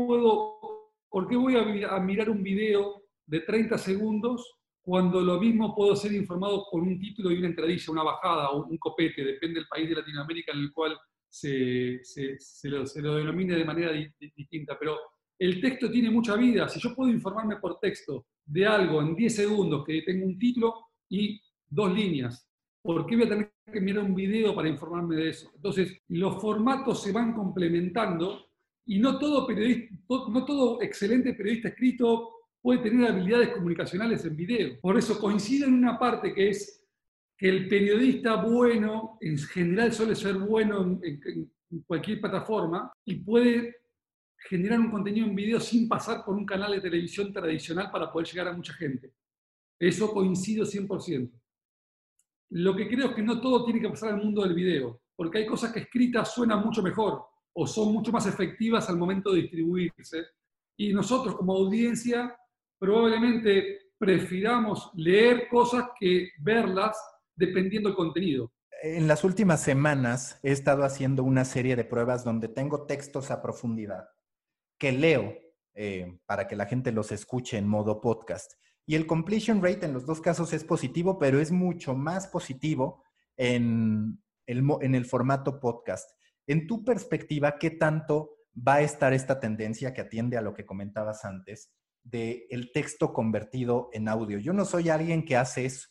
voy a mirar un video de 30 segundos cuando lo mismo puedo ser informado por un título y una entradilla, una bajada o un copete, depende del país de Latinoamérica en el cual se lo denomine de manera distinta? Pero el texto tiene mucha vida. Si yo puedo informarme por texto de algo en 10 segundos, que tengo un título y 2 líneas, ¿por qué voy a tener que mirar un video para informarme de eso? Entonces, los formatos se van complementando y no todo excelente periodista escrito puede tener habilidades comunicacionales en video. Por eso coincide en una parte que es que el periodista bueno, en general suele ser bueno en cualquier plataforma y puede generar un contenido en video sin pasar por un canal de televisión tradicional para poder llegar a mucha gente. Eso coincido 100%. Lo que creo es que no todo tiene que pasar al mundo del video, porque hay cosas que escritas suenan mucho mejor o son mucho más efectivas al momento de distribuirse. Y nosotros como audiencia probablemente prefiramos leer cosas que verlas dependiendo del contenido. En las últimas semanas he estado haciendo una serie de pruebas donde tengo textos a profundidad que leo para que la gente los escuche en modo podcast. Y el completion rate en los dos casos es positivo, pero es mucho más positivo en el formato podcast. En tu perspectiva, ¿qué tanto va a estar esta tendencia que atiende a lo que comentabas antes de el texto convertido en audio? Yo no soy alguien que hace eso,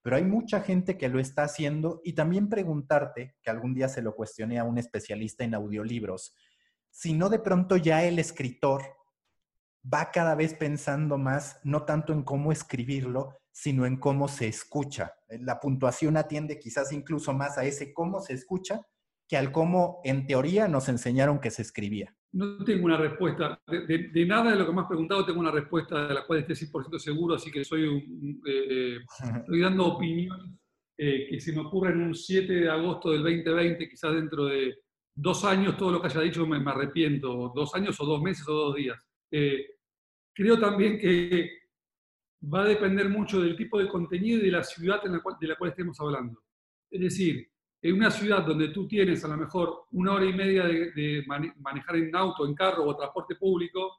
pero hay mucha gente que lo está haciendo y también preguntarte, que algún día se lo cuestioné a un especialista en audiolibros, si no de pronto ya el escritor va cada vez pensando más, no tanto en cómo escribirlo, sino en cómo se escucha. La puntuación atiende quizás incluso más a ese cómo se escucha que al cómo en teoría nos enseñaron que se escribía. No tengo una respuesta. De nada de lo que me has preguntado tengo una respuesta de la cual esté 100% seguro, así que estoy dando opiniones que se me ocurren un 7 de agosto del 2020, quizás dentro de 2 años, todo lo que haya dicho me arrepiento, 2 años o 2 meses o 2 días. Creo también que va a depender mucho del tipo de contenido y de la ciudad de la cual estemos hablando. Es decir, en una ciudad donde tú tienes a lo mejor 1 hora y media de manejar en auto, en carro o transporte público,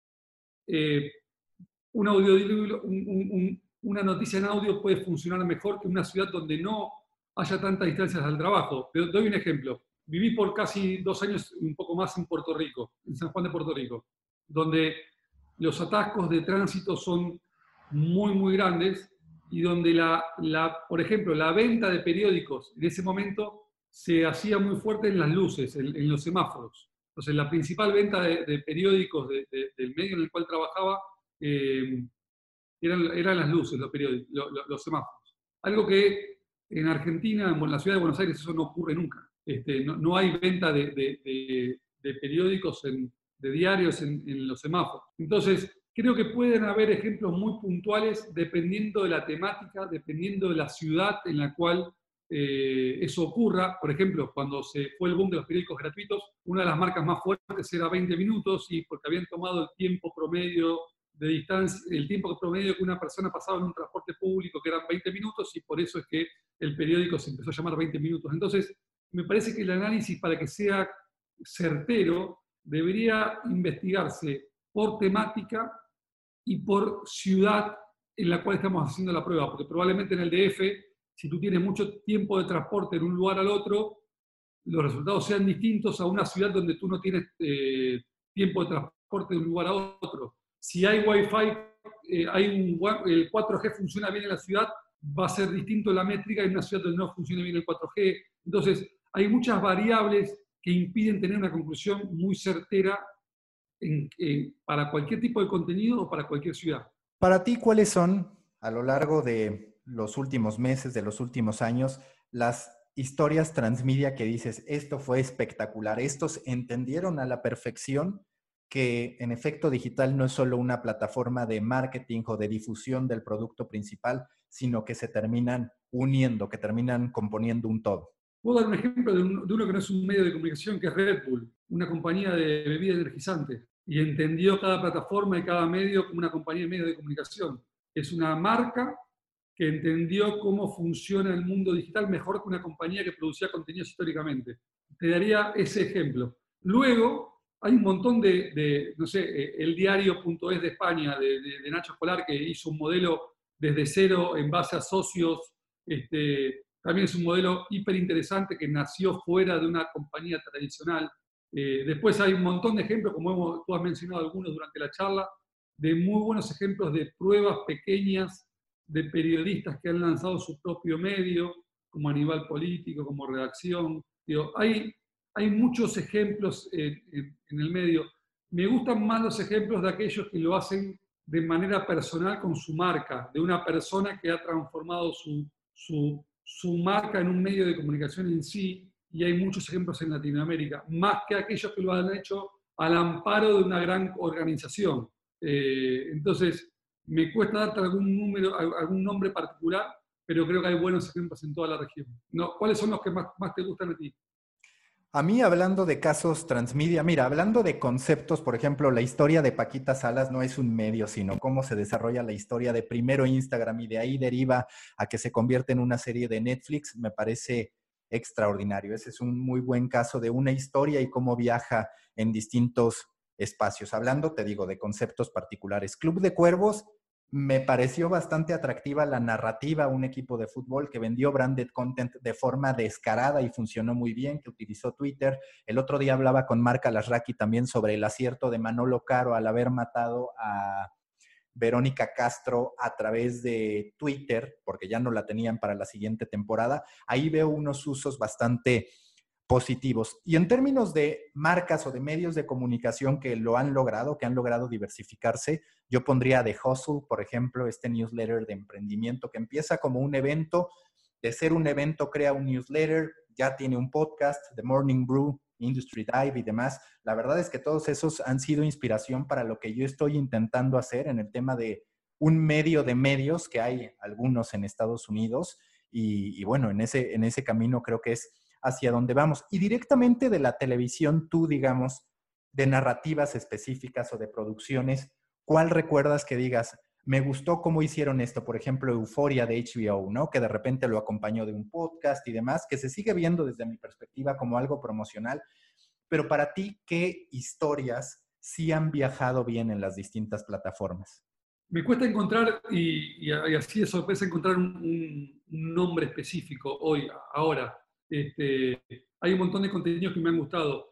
un audiolibro, una noticia en audio puede funcionar mejor que una ciudad donde no haya tantas distancias al trabajo. Doy un ejemplo. Viví por casi 2 años, un poco más, en Puerto Rico, en San Juan de Puerto Rico, donde los atascos de tránsito son muy, muy grandes y donde, por ejemplo, la venta de periódicos en ese momento se hacía muy fuerte en las luces, en los semáforos. Entonces, la principal venta de periódicos del medio en el cual trabajaba eran las luces, los periódicos, los semáforos. Algo que en Argentina, en la ciudad de Buenos Aires, eso no ocurre nunca. No hay venta de periódicos, de diarios en los semáforos. Entonces, creo que pueden haber ejemplos muy puntuales dependiendo de la temática, dependiendo de la ciudad en la cual eso ocurra. Por ejemplo, cuando se fue el boom de los periódicos gratuitos, una de las marcas más fuertes era 20 minutos, y porque habían tomado el tiempo promedio de distancia, el tiempo promedio que una persona pasaba en un transporte público, que eran 20 minutos, y por eso es que el periódico se empezó a llamar 20 minutos. Entonces, me parece que el análisis, para que sea certero, debería investigarse por temática y por ciudad en la cual estamos haciendo la prueba, porque probablemente en el DF, si tú tienes mucho tiempo de transporte de un lugar al otro, los resultados sean distintos a una ciudad donde tú no tienes tiempo de transporte de un lugar a otro. Si hay Wi-Fi, el 4G funciona bien en la ciudad, va a ser distinto la métrica en una ciudad donde no funcione bien el 4G. Entonces, hay muchas variables que impiden tener una conclusión muy certera para cualquier tipo de contenido o para cualquier ciudad. Para ti, ¿cuáles son, a lo largo de los últimos meses, de los últimos años, las historias transmedia que dices, esto fue espectacular, estos entendieron a la perfección que en efecto digital no es solo una plataforma de marketing o de difusión del producto principal, sino que se terminan uniendo, que terminan componiendo un todo? Puedo dar un ejemplo de uno que no es un medio de comunicación, que es Red Bull, una compañía de bebidas energizantes, y entendió cada plataforma y cada medio como una compañía de medios de comunicación. Es una marca que entendió cómo funciona el mundo digital mejor que una compañía que producía contenidos históricamente. Te daría ese ejemplo. Luego, hay un montón no sé, el diario.es de España, de Nacho Escolar, que hizo un modelo desde cero en base a socios. También es un modelo hiper interesante que nació fuera de una compañía tradicional. Después hay un montón de ejemplos, como tú has mencionado algunos durante la charla, de muy buenos ejemplos de pruebas pequeñas de periodistas que han lanzado su propio medio, como Aníbal Político, como Redacción. Hay muchos ejemplos en el medio. Me gustan más los ejemplos de aquellos que lo hacen de manera personal con su marca, de una persona que ha transformado su marca en un medio de comunicación en sí, y hay muchos ejemplos en Latinoamérica, más que aquellos que lo han hecho al amparo de una gran organización. Entonces, me cuesta darte algún nombre particular, pero creo que hay buenos ejemplos en toda la región. No, ¿cuáles son los que más te gustan a ti? A mí, hablando de casos transmedia, mira, hablando de conceptos, por ejemplo, la historia de Paquita Salas no es un medio, sino cómo se desarrolla la historia de primero Instagram y de ahí deriva a que se convierte en una serie de Netflix, me parece extraordinario. Ese es un muy buen caso de una historia y cómo viaja en distintos espacios. Hablando, te digo, de conceptos particulares. Club de Cuervos, me pareció bastante atractiva la narrativa, un equipo de fútbol que vendió branded content de forma descarada y funcionó muy bien, que utilizó Twitter. El otro día hablaba con Marc Alasraqui también sobre el acierto de Manolo Caro al haber matado a Verónica Castro a través de Twitter, porque ya no la tenían para la siguiente temporada, ahí veo unos usos bastante positivos. Y en términos de marcas o de medios de comunicación que lo han logrado, que han logrado diversificarse, yo pondría The Hustle, por ejemplo, este newsletter de emprendimiento que empieza como un evento, de ser un evento crea un newsletter, ya tiene un podcast, The Morning Brew, Industry Dive y demás. La verdad es que todos esos han sido inspiración para lo que yo estoy intentando hacer en el tema de un medio de medios, que hay algunos en Estados Unidos, y bueno, en ese camino creo que es hacia donde vamos. Y directamente de la televisión, tú, digamos, de narrativas específicas o de producciones, ¿cuál recuerdas que digas, me gustó cómo hicieron esto? Por ejemplo, Euphoria de HBO, ¿no? Que de repente lo acompañó de un podcast y demás, que se sigue viendo desde mi perspectiva como algo promocional. Pero para ti, ¿qué historias sí han viajado bien en las distintas plataformas? Me cuesta encontrar, y así de sorpresa, encontrar un nombre específico hoy, ahora. Hay un montón de contenidos que me han gustado.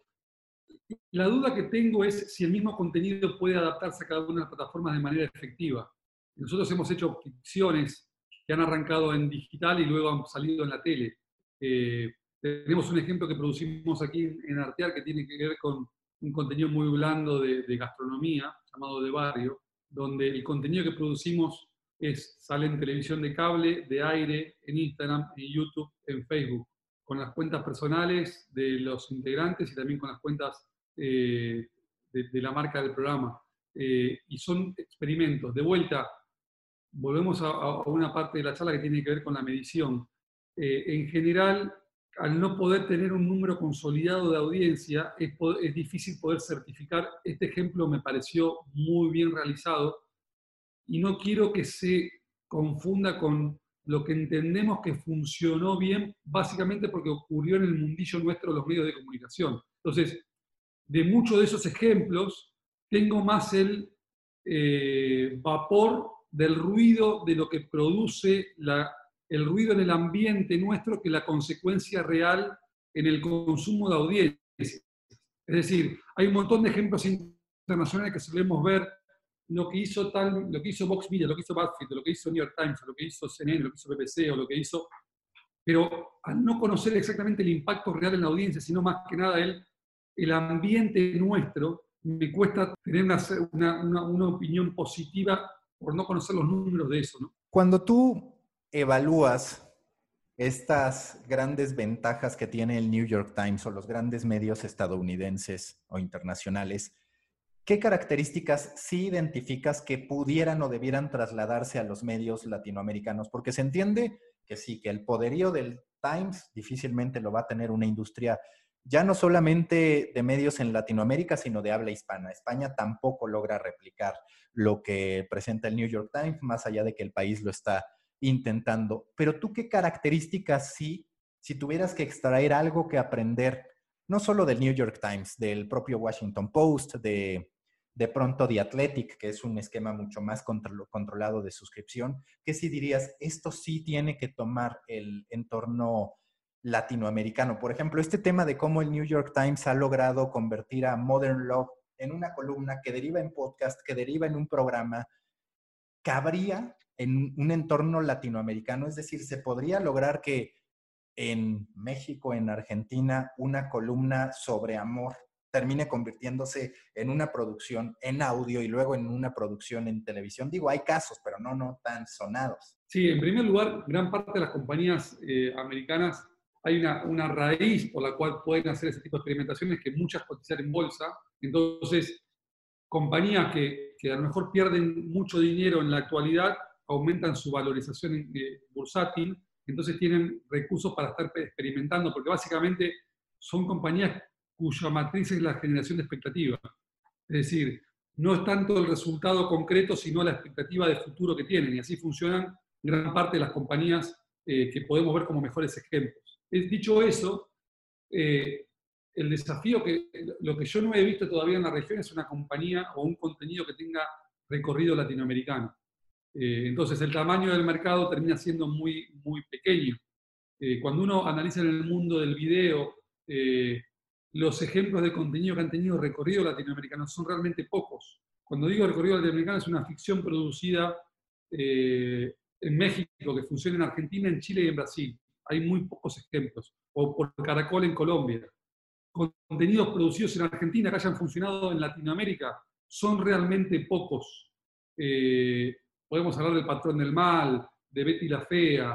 La duda que tengo es si el mismo contenido puede adaptarse a cada una de las plataformas de manera efectiva. Nosotros hemos hecho ficciones que han arrancado en digital y luego han salido en la tele. Tenemos un ejemplo que producimos aquí en Artear que tiene que ver con un contenido muy blando de gastronomía, llamado De Barrio, donde el contenido que producimos sale en televisión de cable, de aire, en Instagram, en YouTube, en Facebook, con las cuentas personales de los integrantes y también con las cuentas de la marca del programa. Y son experimentos. De vuelta, volvemos a una parte de la charla que tiene que ver con la medición. En general, al no poder tener un número consolidado de audiencia, es difícil poder certificar. Este ejemplo me pareció muy bien realizado y no quiero que se confunda con lo que entendemos que funcionó bien, básicamente porque ocurrió en el mundillo nuestro de los medios de comunicación. Entonces, de muchos de esos ejemplos, tengo más el vapor del ruido de lo que produce el ruido en el ambiente nuestro que la consecuencia real en el consumo de audiencia. Es decir, hay un montón de ejemplos internacionales que solemos ver lo que hizo Vox Media, lo que hizo BuzzFeed, lo que hizo New York Times, lo que hizo CNN, lo que hizo BBC o lo que hizo... Pero al no conocer exactamente el impacto real en la audiencia, sino más que nada el ambiente nuestro, me cuesta tener una opinión positiva por no conocer los números de eso, ¿no? Cuando tú evalúas estas grandes ventajas que tiene el New York Times o los grandes medios estadounidenses o internacionales, ¿qué características sí identificas que pudieran o debieran trasladarse a los medios latinoamericanos? Porque se entiende que sí, que el poderío del Times difícilmente lo va a tener una industria ya no solamente de medios en Latinoamérica, sino de habla hispana. España tampoco logra replicar lo que presenta el New York Times, más allá de que el país lo está intentando. Pero tú, ¿qué características sí, si tuvieras que extraer algo que aprender, no solo del New York Times, del propio Washington Post, de pronto The Athletic, que es un esquema mucho más controlado de suscripción, que sí dirías, esto sí tiene que tomar el entorno latinoamericano? Por ejemplo, este tema de cómo el New York Times ha logrado convertir a Modern Love en una columna que deriva en podcast, que deriva en un programa, cabría en un entorno latinoamericano. Es decir, se podría lograr que en México, en Argentina, una columna sobre amor termine convirtiéndose en una producción en audio y luego en una producción en televisión. Digo, hay casos, pero no tan sonados. Sí, en primer lugar, gran parte de las compañías americanas hay una raíz por la cual pueden hacer ese tipo de experimentaciones que muchas cotizan en bolsa. Entonces, compañías que a lo mejor pierden mucho dinero en la actualidad aumentan su valorización bursátil, entonces tienen recursos para estar experimentando, porque básicamente son compañías cuya matriz es la generación de expectativa. Es decir, no es tanto el resultado concreto, sino la expectativa de futuro que tienen, y así funcionan gran parte de las compañías que podemos ver como mejores ejemplos. Dicho eso, el desafío lo que yo no he visto todavía en la región es una compañía o un contenido que tenga recorrido latinoamericano. Entonces el tamaño del mercado termina siendo muy, muy pequeño. Cuando uno analiza en el mundo del video, los ejemplos de contenido que han tenido recorrido latinoamericano son realmente pocos. Cuando digo recorrido latinoamericano es una ficción producida en México, que funciona en Argentina, en Chile y en Brasil. Hay muy pocos ejemplos. O por Caracol en Colombia. Contenidos producidos en Argentina que hayan funcionado en Latinoamérica son realmente pocos. Podemos hablar del Patrón del Mal, de Betty la Fea.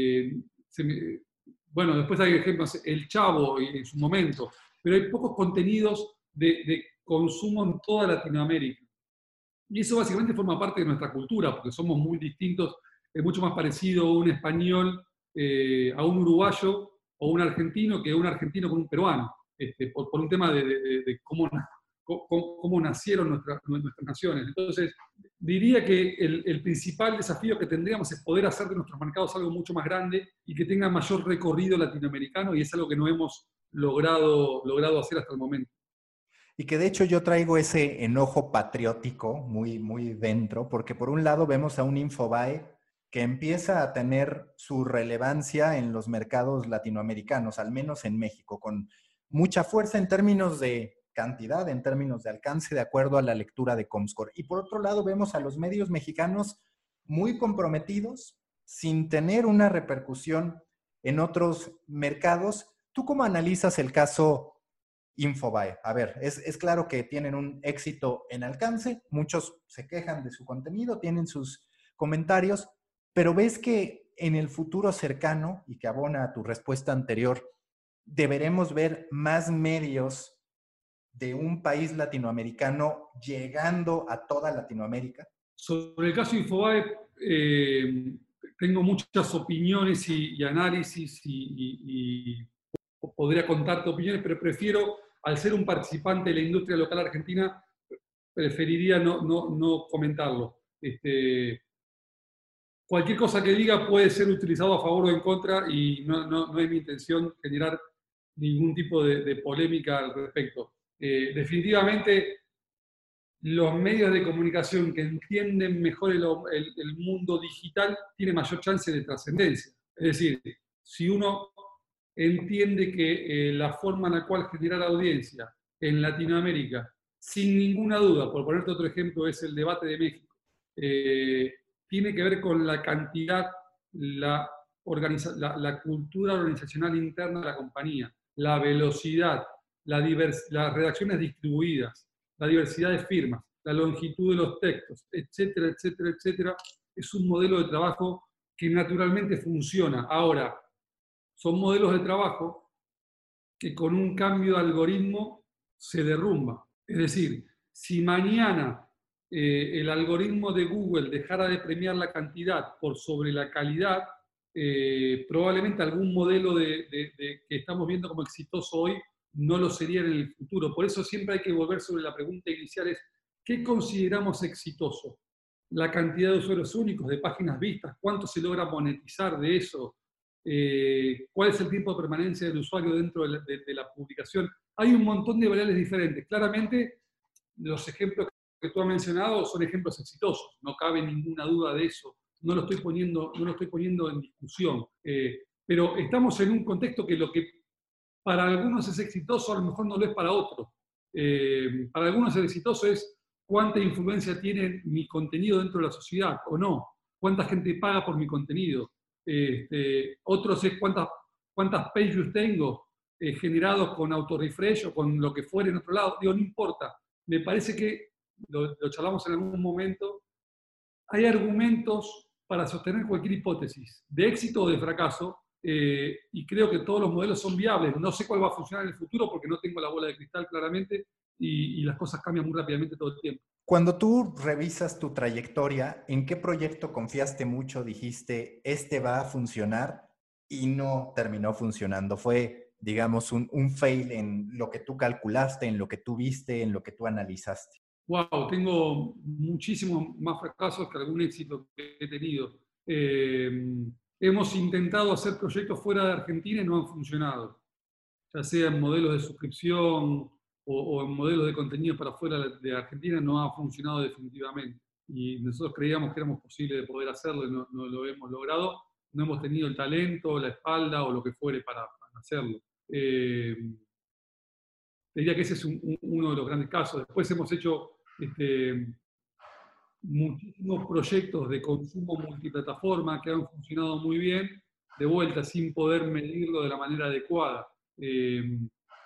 Bueno, después hay ejemplos, El Chavo en su momento, pero hay pocos contenidos de consumo en toda Latinoamérica. Y eso básicamente forma parte de nuestra cultura, porque somos muy distintos. Es mucho más parecido un español a un uruguayo o un argentino que un argentino con un peruano, por un tema de cómo nacieron nuestras naciones. Entonces, diría que el principal desafío que tendríamos es poder hacer de nuestros mercados algo mucho más grande y que tenga mayor recorrido latinoamericano, y es algo que no hemos logrado hacer hasta el momento. Y que de hecho yo traigo ese enojo patriótico muy, muy dentro, porque por un lado vemos a un Infobae que empieza a tener su relevancia en los mercados latinoamericanos, al menos en México, con mucha fuerza en términos de cantidad, en términos de alcance, de acuerdo a la lectura de Comscore. Y por otro lado vemos a los medios mexicanos muy comprometidos, sin tener una repercusión en otros mercados. ¿Tú cómo analizas el caso Infobae? A ver, es claro que tienen un éxito en alcance, muchos se quejan de su contenido, tienen sus comentarios, pero ves que en el futuro cercano, y que abona a tu respuesta anterior, deberemos ver más medios de un país latinoamericano llegando a toda Latinoamérica. Sobre el caso Infobae, tengo muchas opiniones y análisis y podría contarte opiniones, pero prefiero, al ser un participante de la industria local argentina, preferiría no comentarlo. Cualquier cosa que diga puede ser utilizado a favor o en contra, y no es mi intención generar ningún tipo de polémica al respecto. Definitivamente, los medios de comunicación que entienden mejor el mundo digital tienen mayor chance de trascendencia. Es decir, si uno entiende que la forma en la cual generar audiencia en Latinoamérica, sin ninguna duda, por ponerte otro ejemplo, es el debate de México, tiene que ver con la cantidad, la cultura organizacional interna de la compañía, la velocidad, las redacciones distribuidas, la diversidad de firmas, la longitud de los textos, etcétera, etcétera, etcétera. Es un modelo de trabajo que naturalmente funciona. Ahora, son modelos de trabajo que con un cambio de algoritmo se derrumba. Es decir, si mañana el algoritmo de Google dejara de premiar la cantidad por sobre la calidad, probablemente algún modelo que estamos viendo como exitoso hoy no lo sería en el futuro. Por eso siempre hay que volver sobre la pregunta inicial: es ¿qué consideramos exitoso? La cantidad de usuarios únicos, de páginas vistas, cuánto se logra monetizar de eso, cuál es el tiempo de permanencia del usuario dentro de la publicación. Hay un montón de variables diferentes. Claramente, los ejemplos que tú has mencionado son ejemplos exitosos, no cabe ninguna duda de eso. No lo estoy poniendo en discusión. Pero estamos en un contexto que lo que para algunos es exitoso, a lo mejor no lo es para otros. Para algunos el exitoso es cuánta influencia tiene mi contenido dentro de la sociedad o no, cuánta gente paga por mi contenido. Otros es cuántas page views tengo generados con auto-refresh o con lo que fuera en otro lado. Digo, no importa. Me parece que, lo charlamos en algún momento, hay argumentos para sostener cualquier hipótesis, de éxito o de fracaso, y creo que todos los modelos son viables. No sé cuál va a funcionar en el futuro porque no tengo la bola de cristal claramente, y las cosas cambian muy rápidamente todo el tiempo. Cuando tú revisas tu trayectoria, ¿en qué proyecto confiaste mucho? Dijiste, este va a funcionar, y no terminó funcionando. Fue, digamos, un fail en lo que tú calculaste, en lo que tú viste, en lo que tú analizaste. Wow, tengo muchísimos más fracasos que algún éxito que he tenido. Hemos intentado hacer proyectos fuera de Argentina y no han funcionado, ya sea en modelos de suscripción o en modelos de contenido para fuera de Argentina. No ha funcionado definitivamente. Y nosotros creíamos que éramos posibles de poder hacerlo y no lo hemos logrado. No hemos tenido el talento, la espalda o lo que fuere para hacerlo. Diría que ese es uno de los grandes casos. Después hemos hecho muchísimos proyectos de consumo multiplataforma que han funcionado muy bien, de vuelta, sin poder medirlo de la manera adecuada. De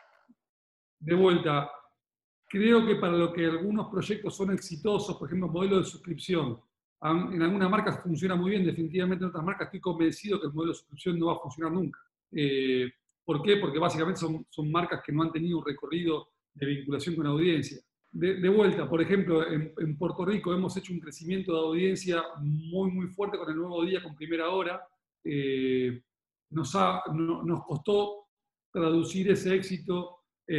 vuelta, creo que para lo que algunos proyectos son exitosos, por ejemplo, modelo de suscripción, en algunas marcas funciona muy bien, definitivamente en otras marcas estoy convencido que el modelo de suscripción no va a funcionar nunca. ¿Por qué? Porque básicamente son marcas que no han tenido un recorrido de vinculación con la audiencia. De vuelta, por ejemplo, en Puerto Rico hemos hecho un crecimiento de audiencia muy, muy fuerte con el Nuevo Día, con Primera Hora. Nos costó traducir ese éxito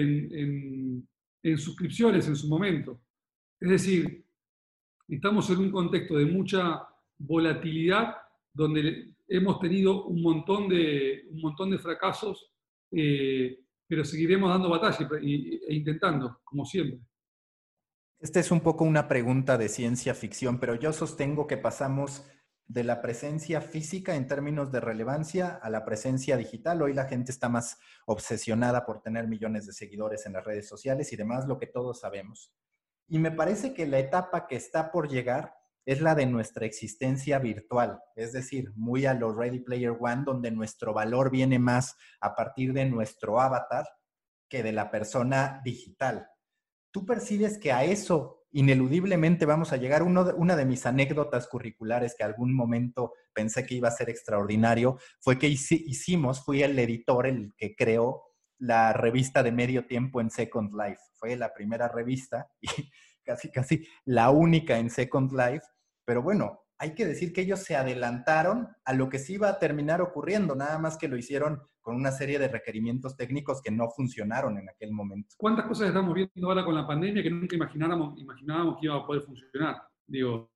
en suscripciones en su momento. Es decir, estamos en un contexto de mucha volatilidad donde hemos tenido un montón de fracasos, pero seguiremos dando batalla e intentando, como siempre. Esta es un poco una pregunta de ciencia ficción, pero yo sostengo que pasamos de la presencia física en términos de relevancia a la presencia digital. Hoy la gente está más obsesionada por tener millones de seguidores en las redes sociales y demás, lo que todos sabemos. Y me parece que la etapa que está por llegar es la de nuestra existencia virtual, es decir, muy a lo Ready Player One, donde nuestro valor viene más a partir de nuestro avatar que de la persona digital. ¿Tú percibes que a eso ineludiblemente vamos a llegar? Una de mis anécdotas curriculares que algún momento pensé que iba a ser extraordinario fue que fui el editor, el que creó la revista de medio tiempo en Second Life. Fue la primera revista y casi la única en Second Life. Pero bueno, hay que decir que ellos se adelantaron a lo que sí iba a terminar ocurriendo, nada más que lo hicieron con una serie de requerimientos técnicos que no funcionaron en aquel momento. ¿Cuántas cosas estamos viendo ahora con la pandemia que nunca imaginábamos que iba a poder funcionar? Digo,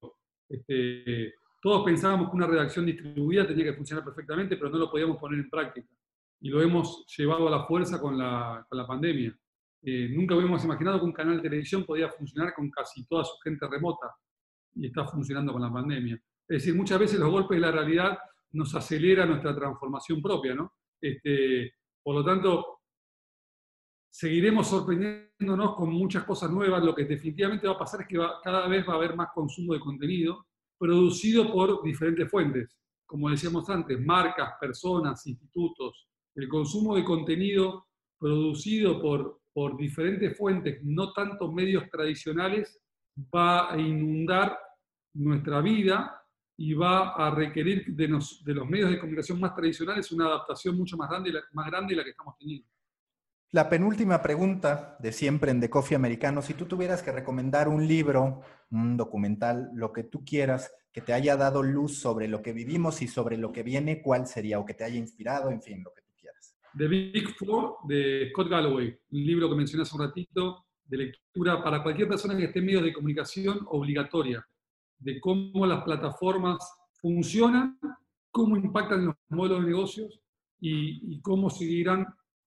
todos pensábamos que una redacción distribuida tenía que funcionar perfectamente, pero no lo podíamos poner en práctica. Y lo hemos llevado a la fuerza con la pandemia. Nunca hubiéramos imaginado que un canal de televisión podía funcionar con casi toda su gente remota. Y está funcionando con la pandemia. Es decir, muchas veces los golpes de la realidad nos aceleran nuestra transformación propia, ¿no? Por lo tanto, seguiremos sorprendiéndonos con muchas cosas nuevas. Lo que definitivamente va a pasar es que cada vez va a haber más consumo de contenido producido por diferentes fuentes. Como decíamos antes, marcas, personas, institutos. El consumo de contenido producido por diferentes fuentes, no tanto medios tradicionales, va a inundar nuestra vida y va a requerir de los medios de comunicación más tradicionales una adaptación mucho más grande de la que estamos teniendo. La penúltima pregunta de siempre en The Coffee Americano: si tú tuvieras que recomendar un libro, un documental, lo que tú quieras, que te haya dado luz sobre lo que vivimos y sobre lo que viene, ¿cuál sería? O que te haya inspirado, en fin, lo que tú quieras. The Big Four, de Scott Galloway, un libro que mencioné hace un ratito, de lectura para cualquier persona que esté en medios de comunicación, obligatoria, de cómo las plataformas funcionan, cómo impactan en los modelos de negocios y cómo seguirán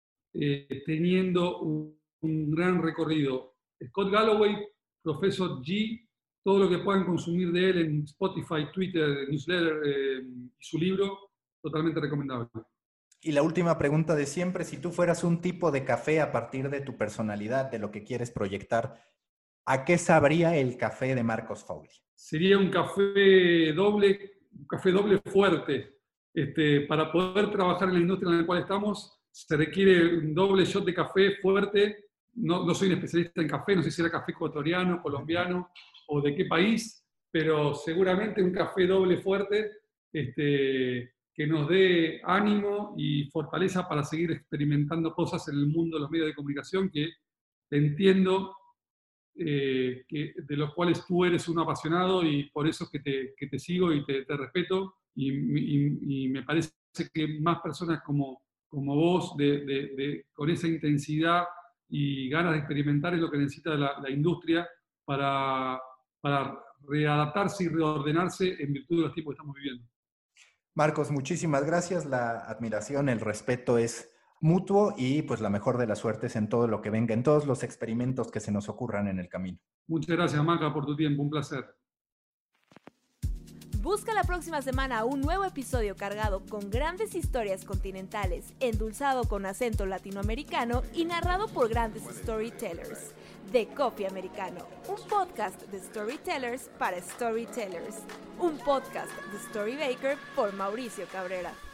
teniendo un gran recorrido. Scott Galloway, Profesor G, todo lo que puedan consumir de él en Spotify, Twitter, newsletter y su libro, totalmente recomendable. Y la última pregunta de siempre: si tú fueras un tipo de café a partir de tu personalidad, de lo que quieres proyectar, ¿a qué sabría el café de Marcos Fauli? Sería un café doble fuerte. Para poder trabajar en la industria en la cual estamos, se requiere un doble shot de café fuerte. No soy un especialista en café, no sé si era café ecuatoriano, colombiano o de qué país, pero seguramente un café doble fuerte que nos dé ánimo y fortaleza para seguir experimentando cosas en el mundo de los medios de comunicación que entiendo de los cuales tú eres un apasionado y por eso es que te sigo y te respeto y me parece que más personas como vos con esa intensidad y ganas de experimentar es lo que necesita la industria para readaptarse y reordenarse en virtud de los tiempos que estamos viviendo. Marcos, muchísimas gracias. La admiración, el respeto es mutuo y pues la mejor de las suertes en todo lo que venga, en todos los experimentos que se nos ocurran en el camino. Muchas gracias, Maca, por tu tiempo. Un placer. Busca la próxima semana un nuevo episodio cargado con grandes historias continentales, endulzado con acento latinoamericano y narrado por grandes storytellers. The Coffee Americano, un podcast de storytellers para storytellers. Un podcast de Storybaker por Mauricio Cabrera.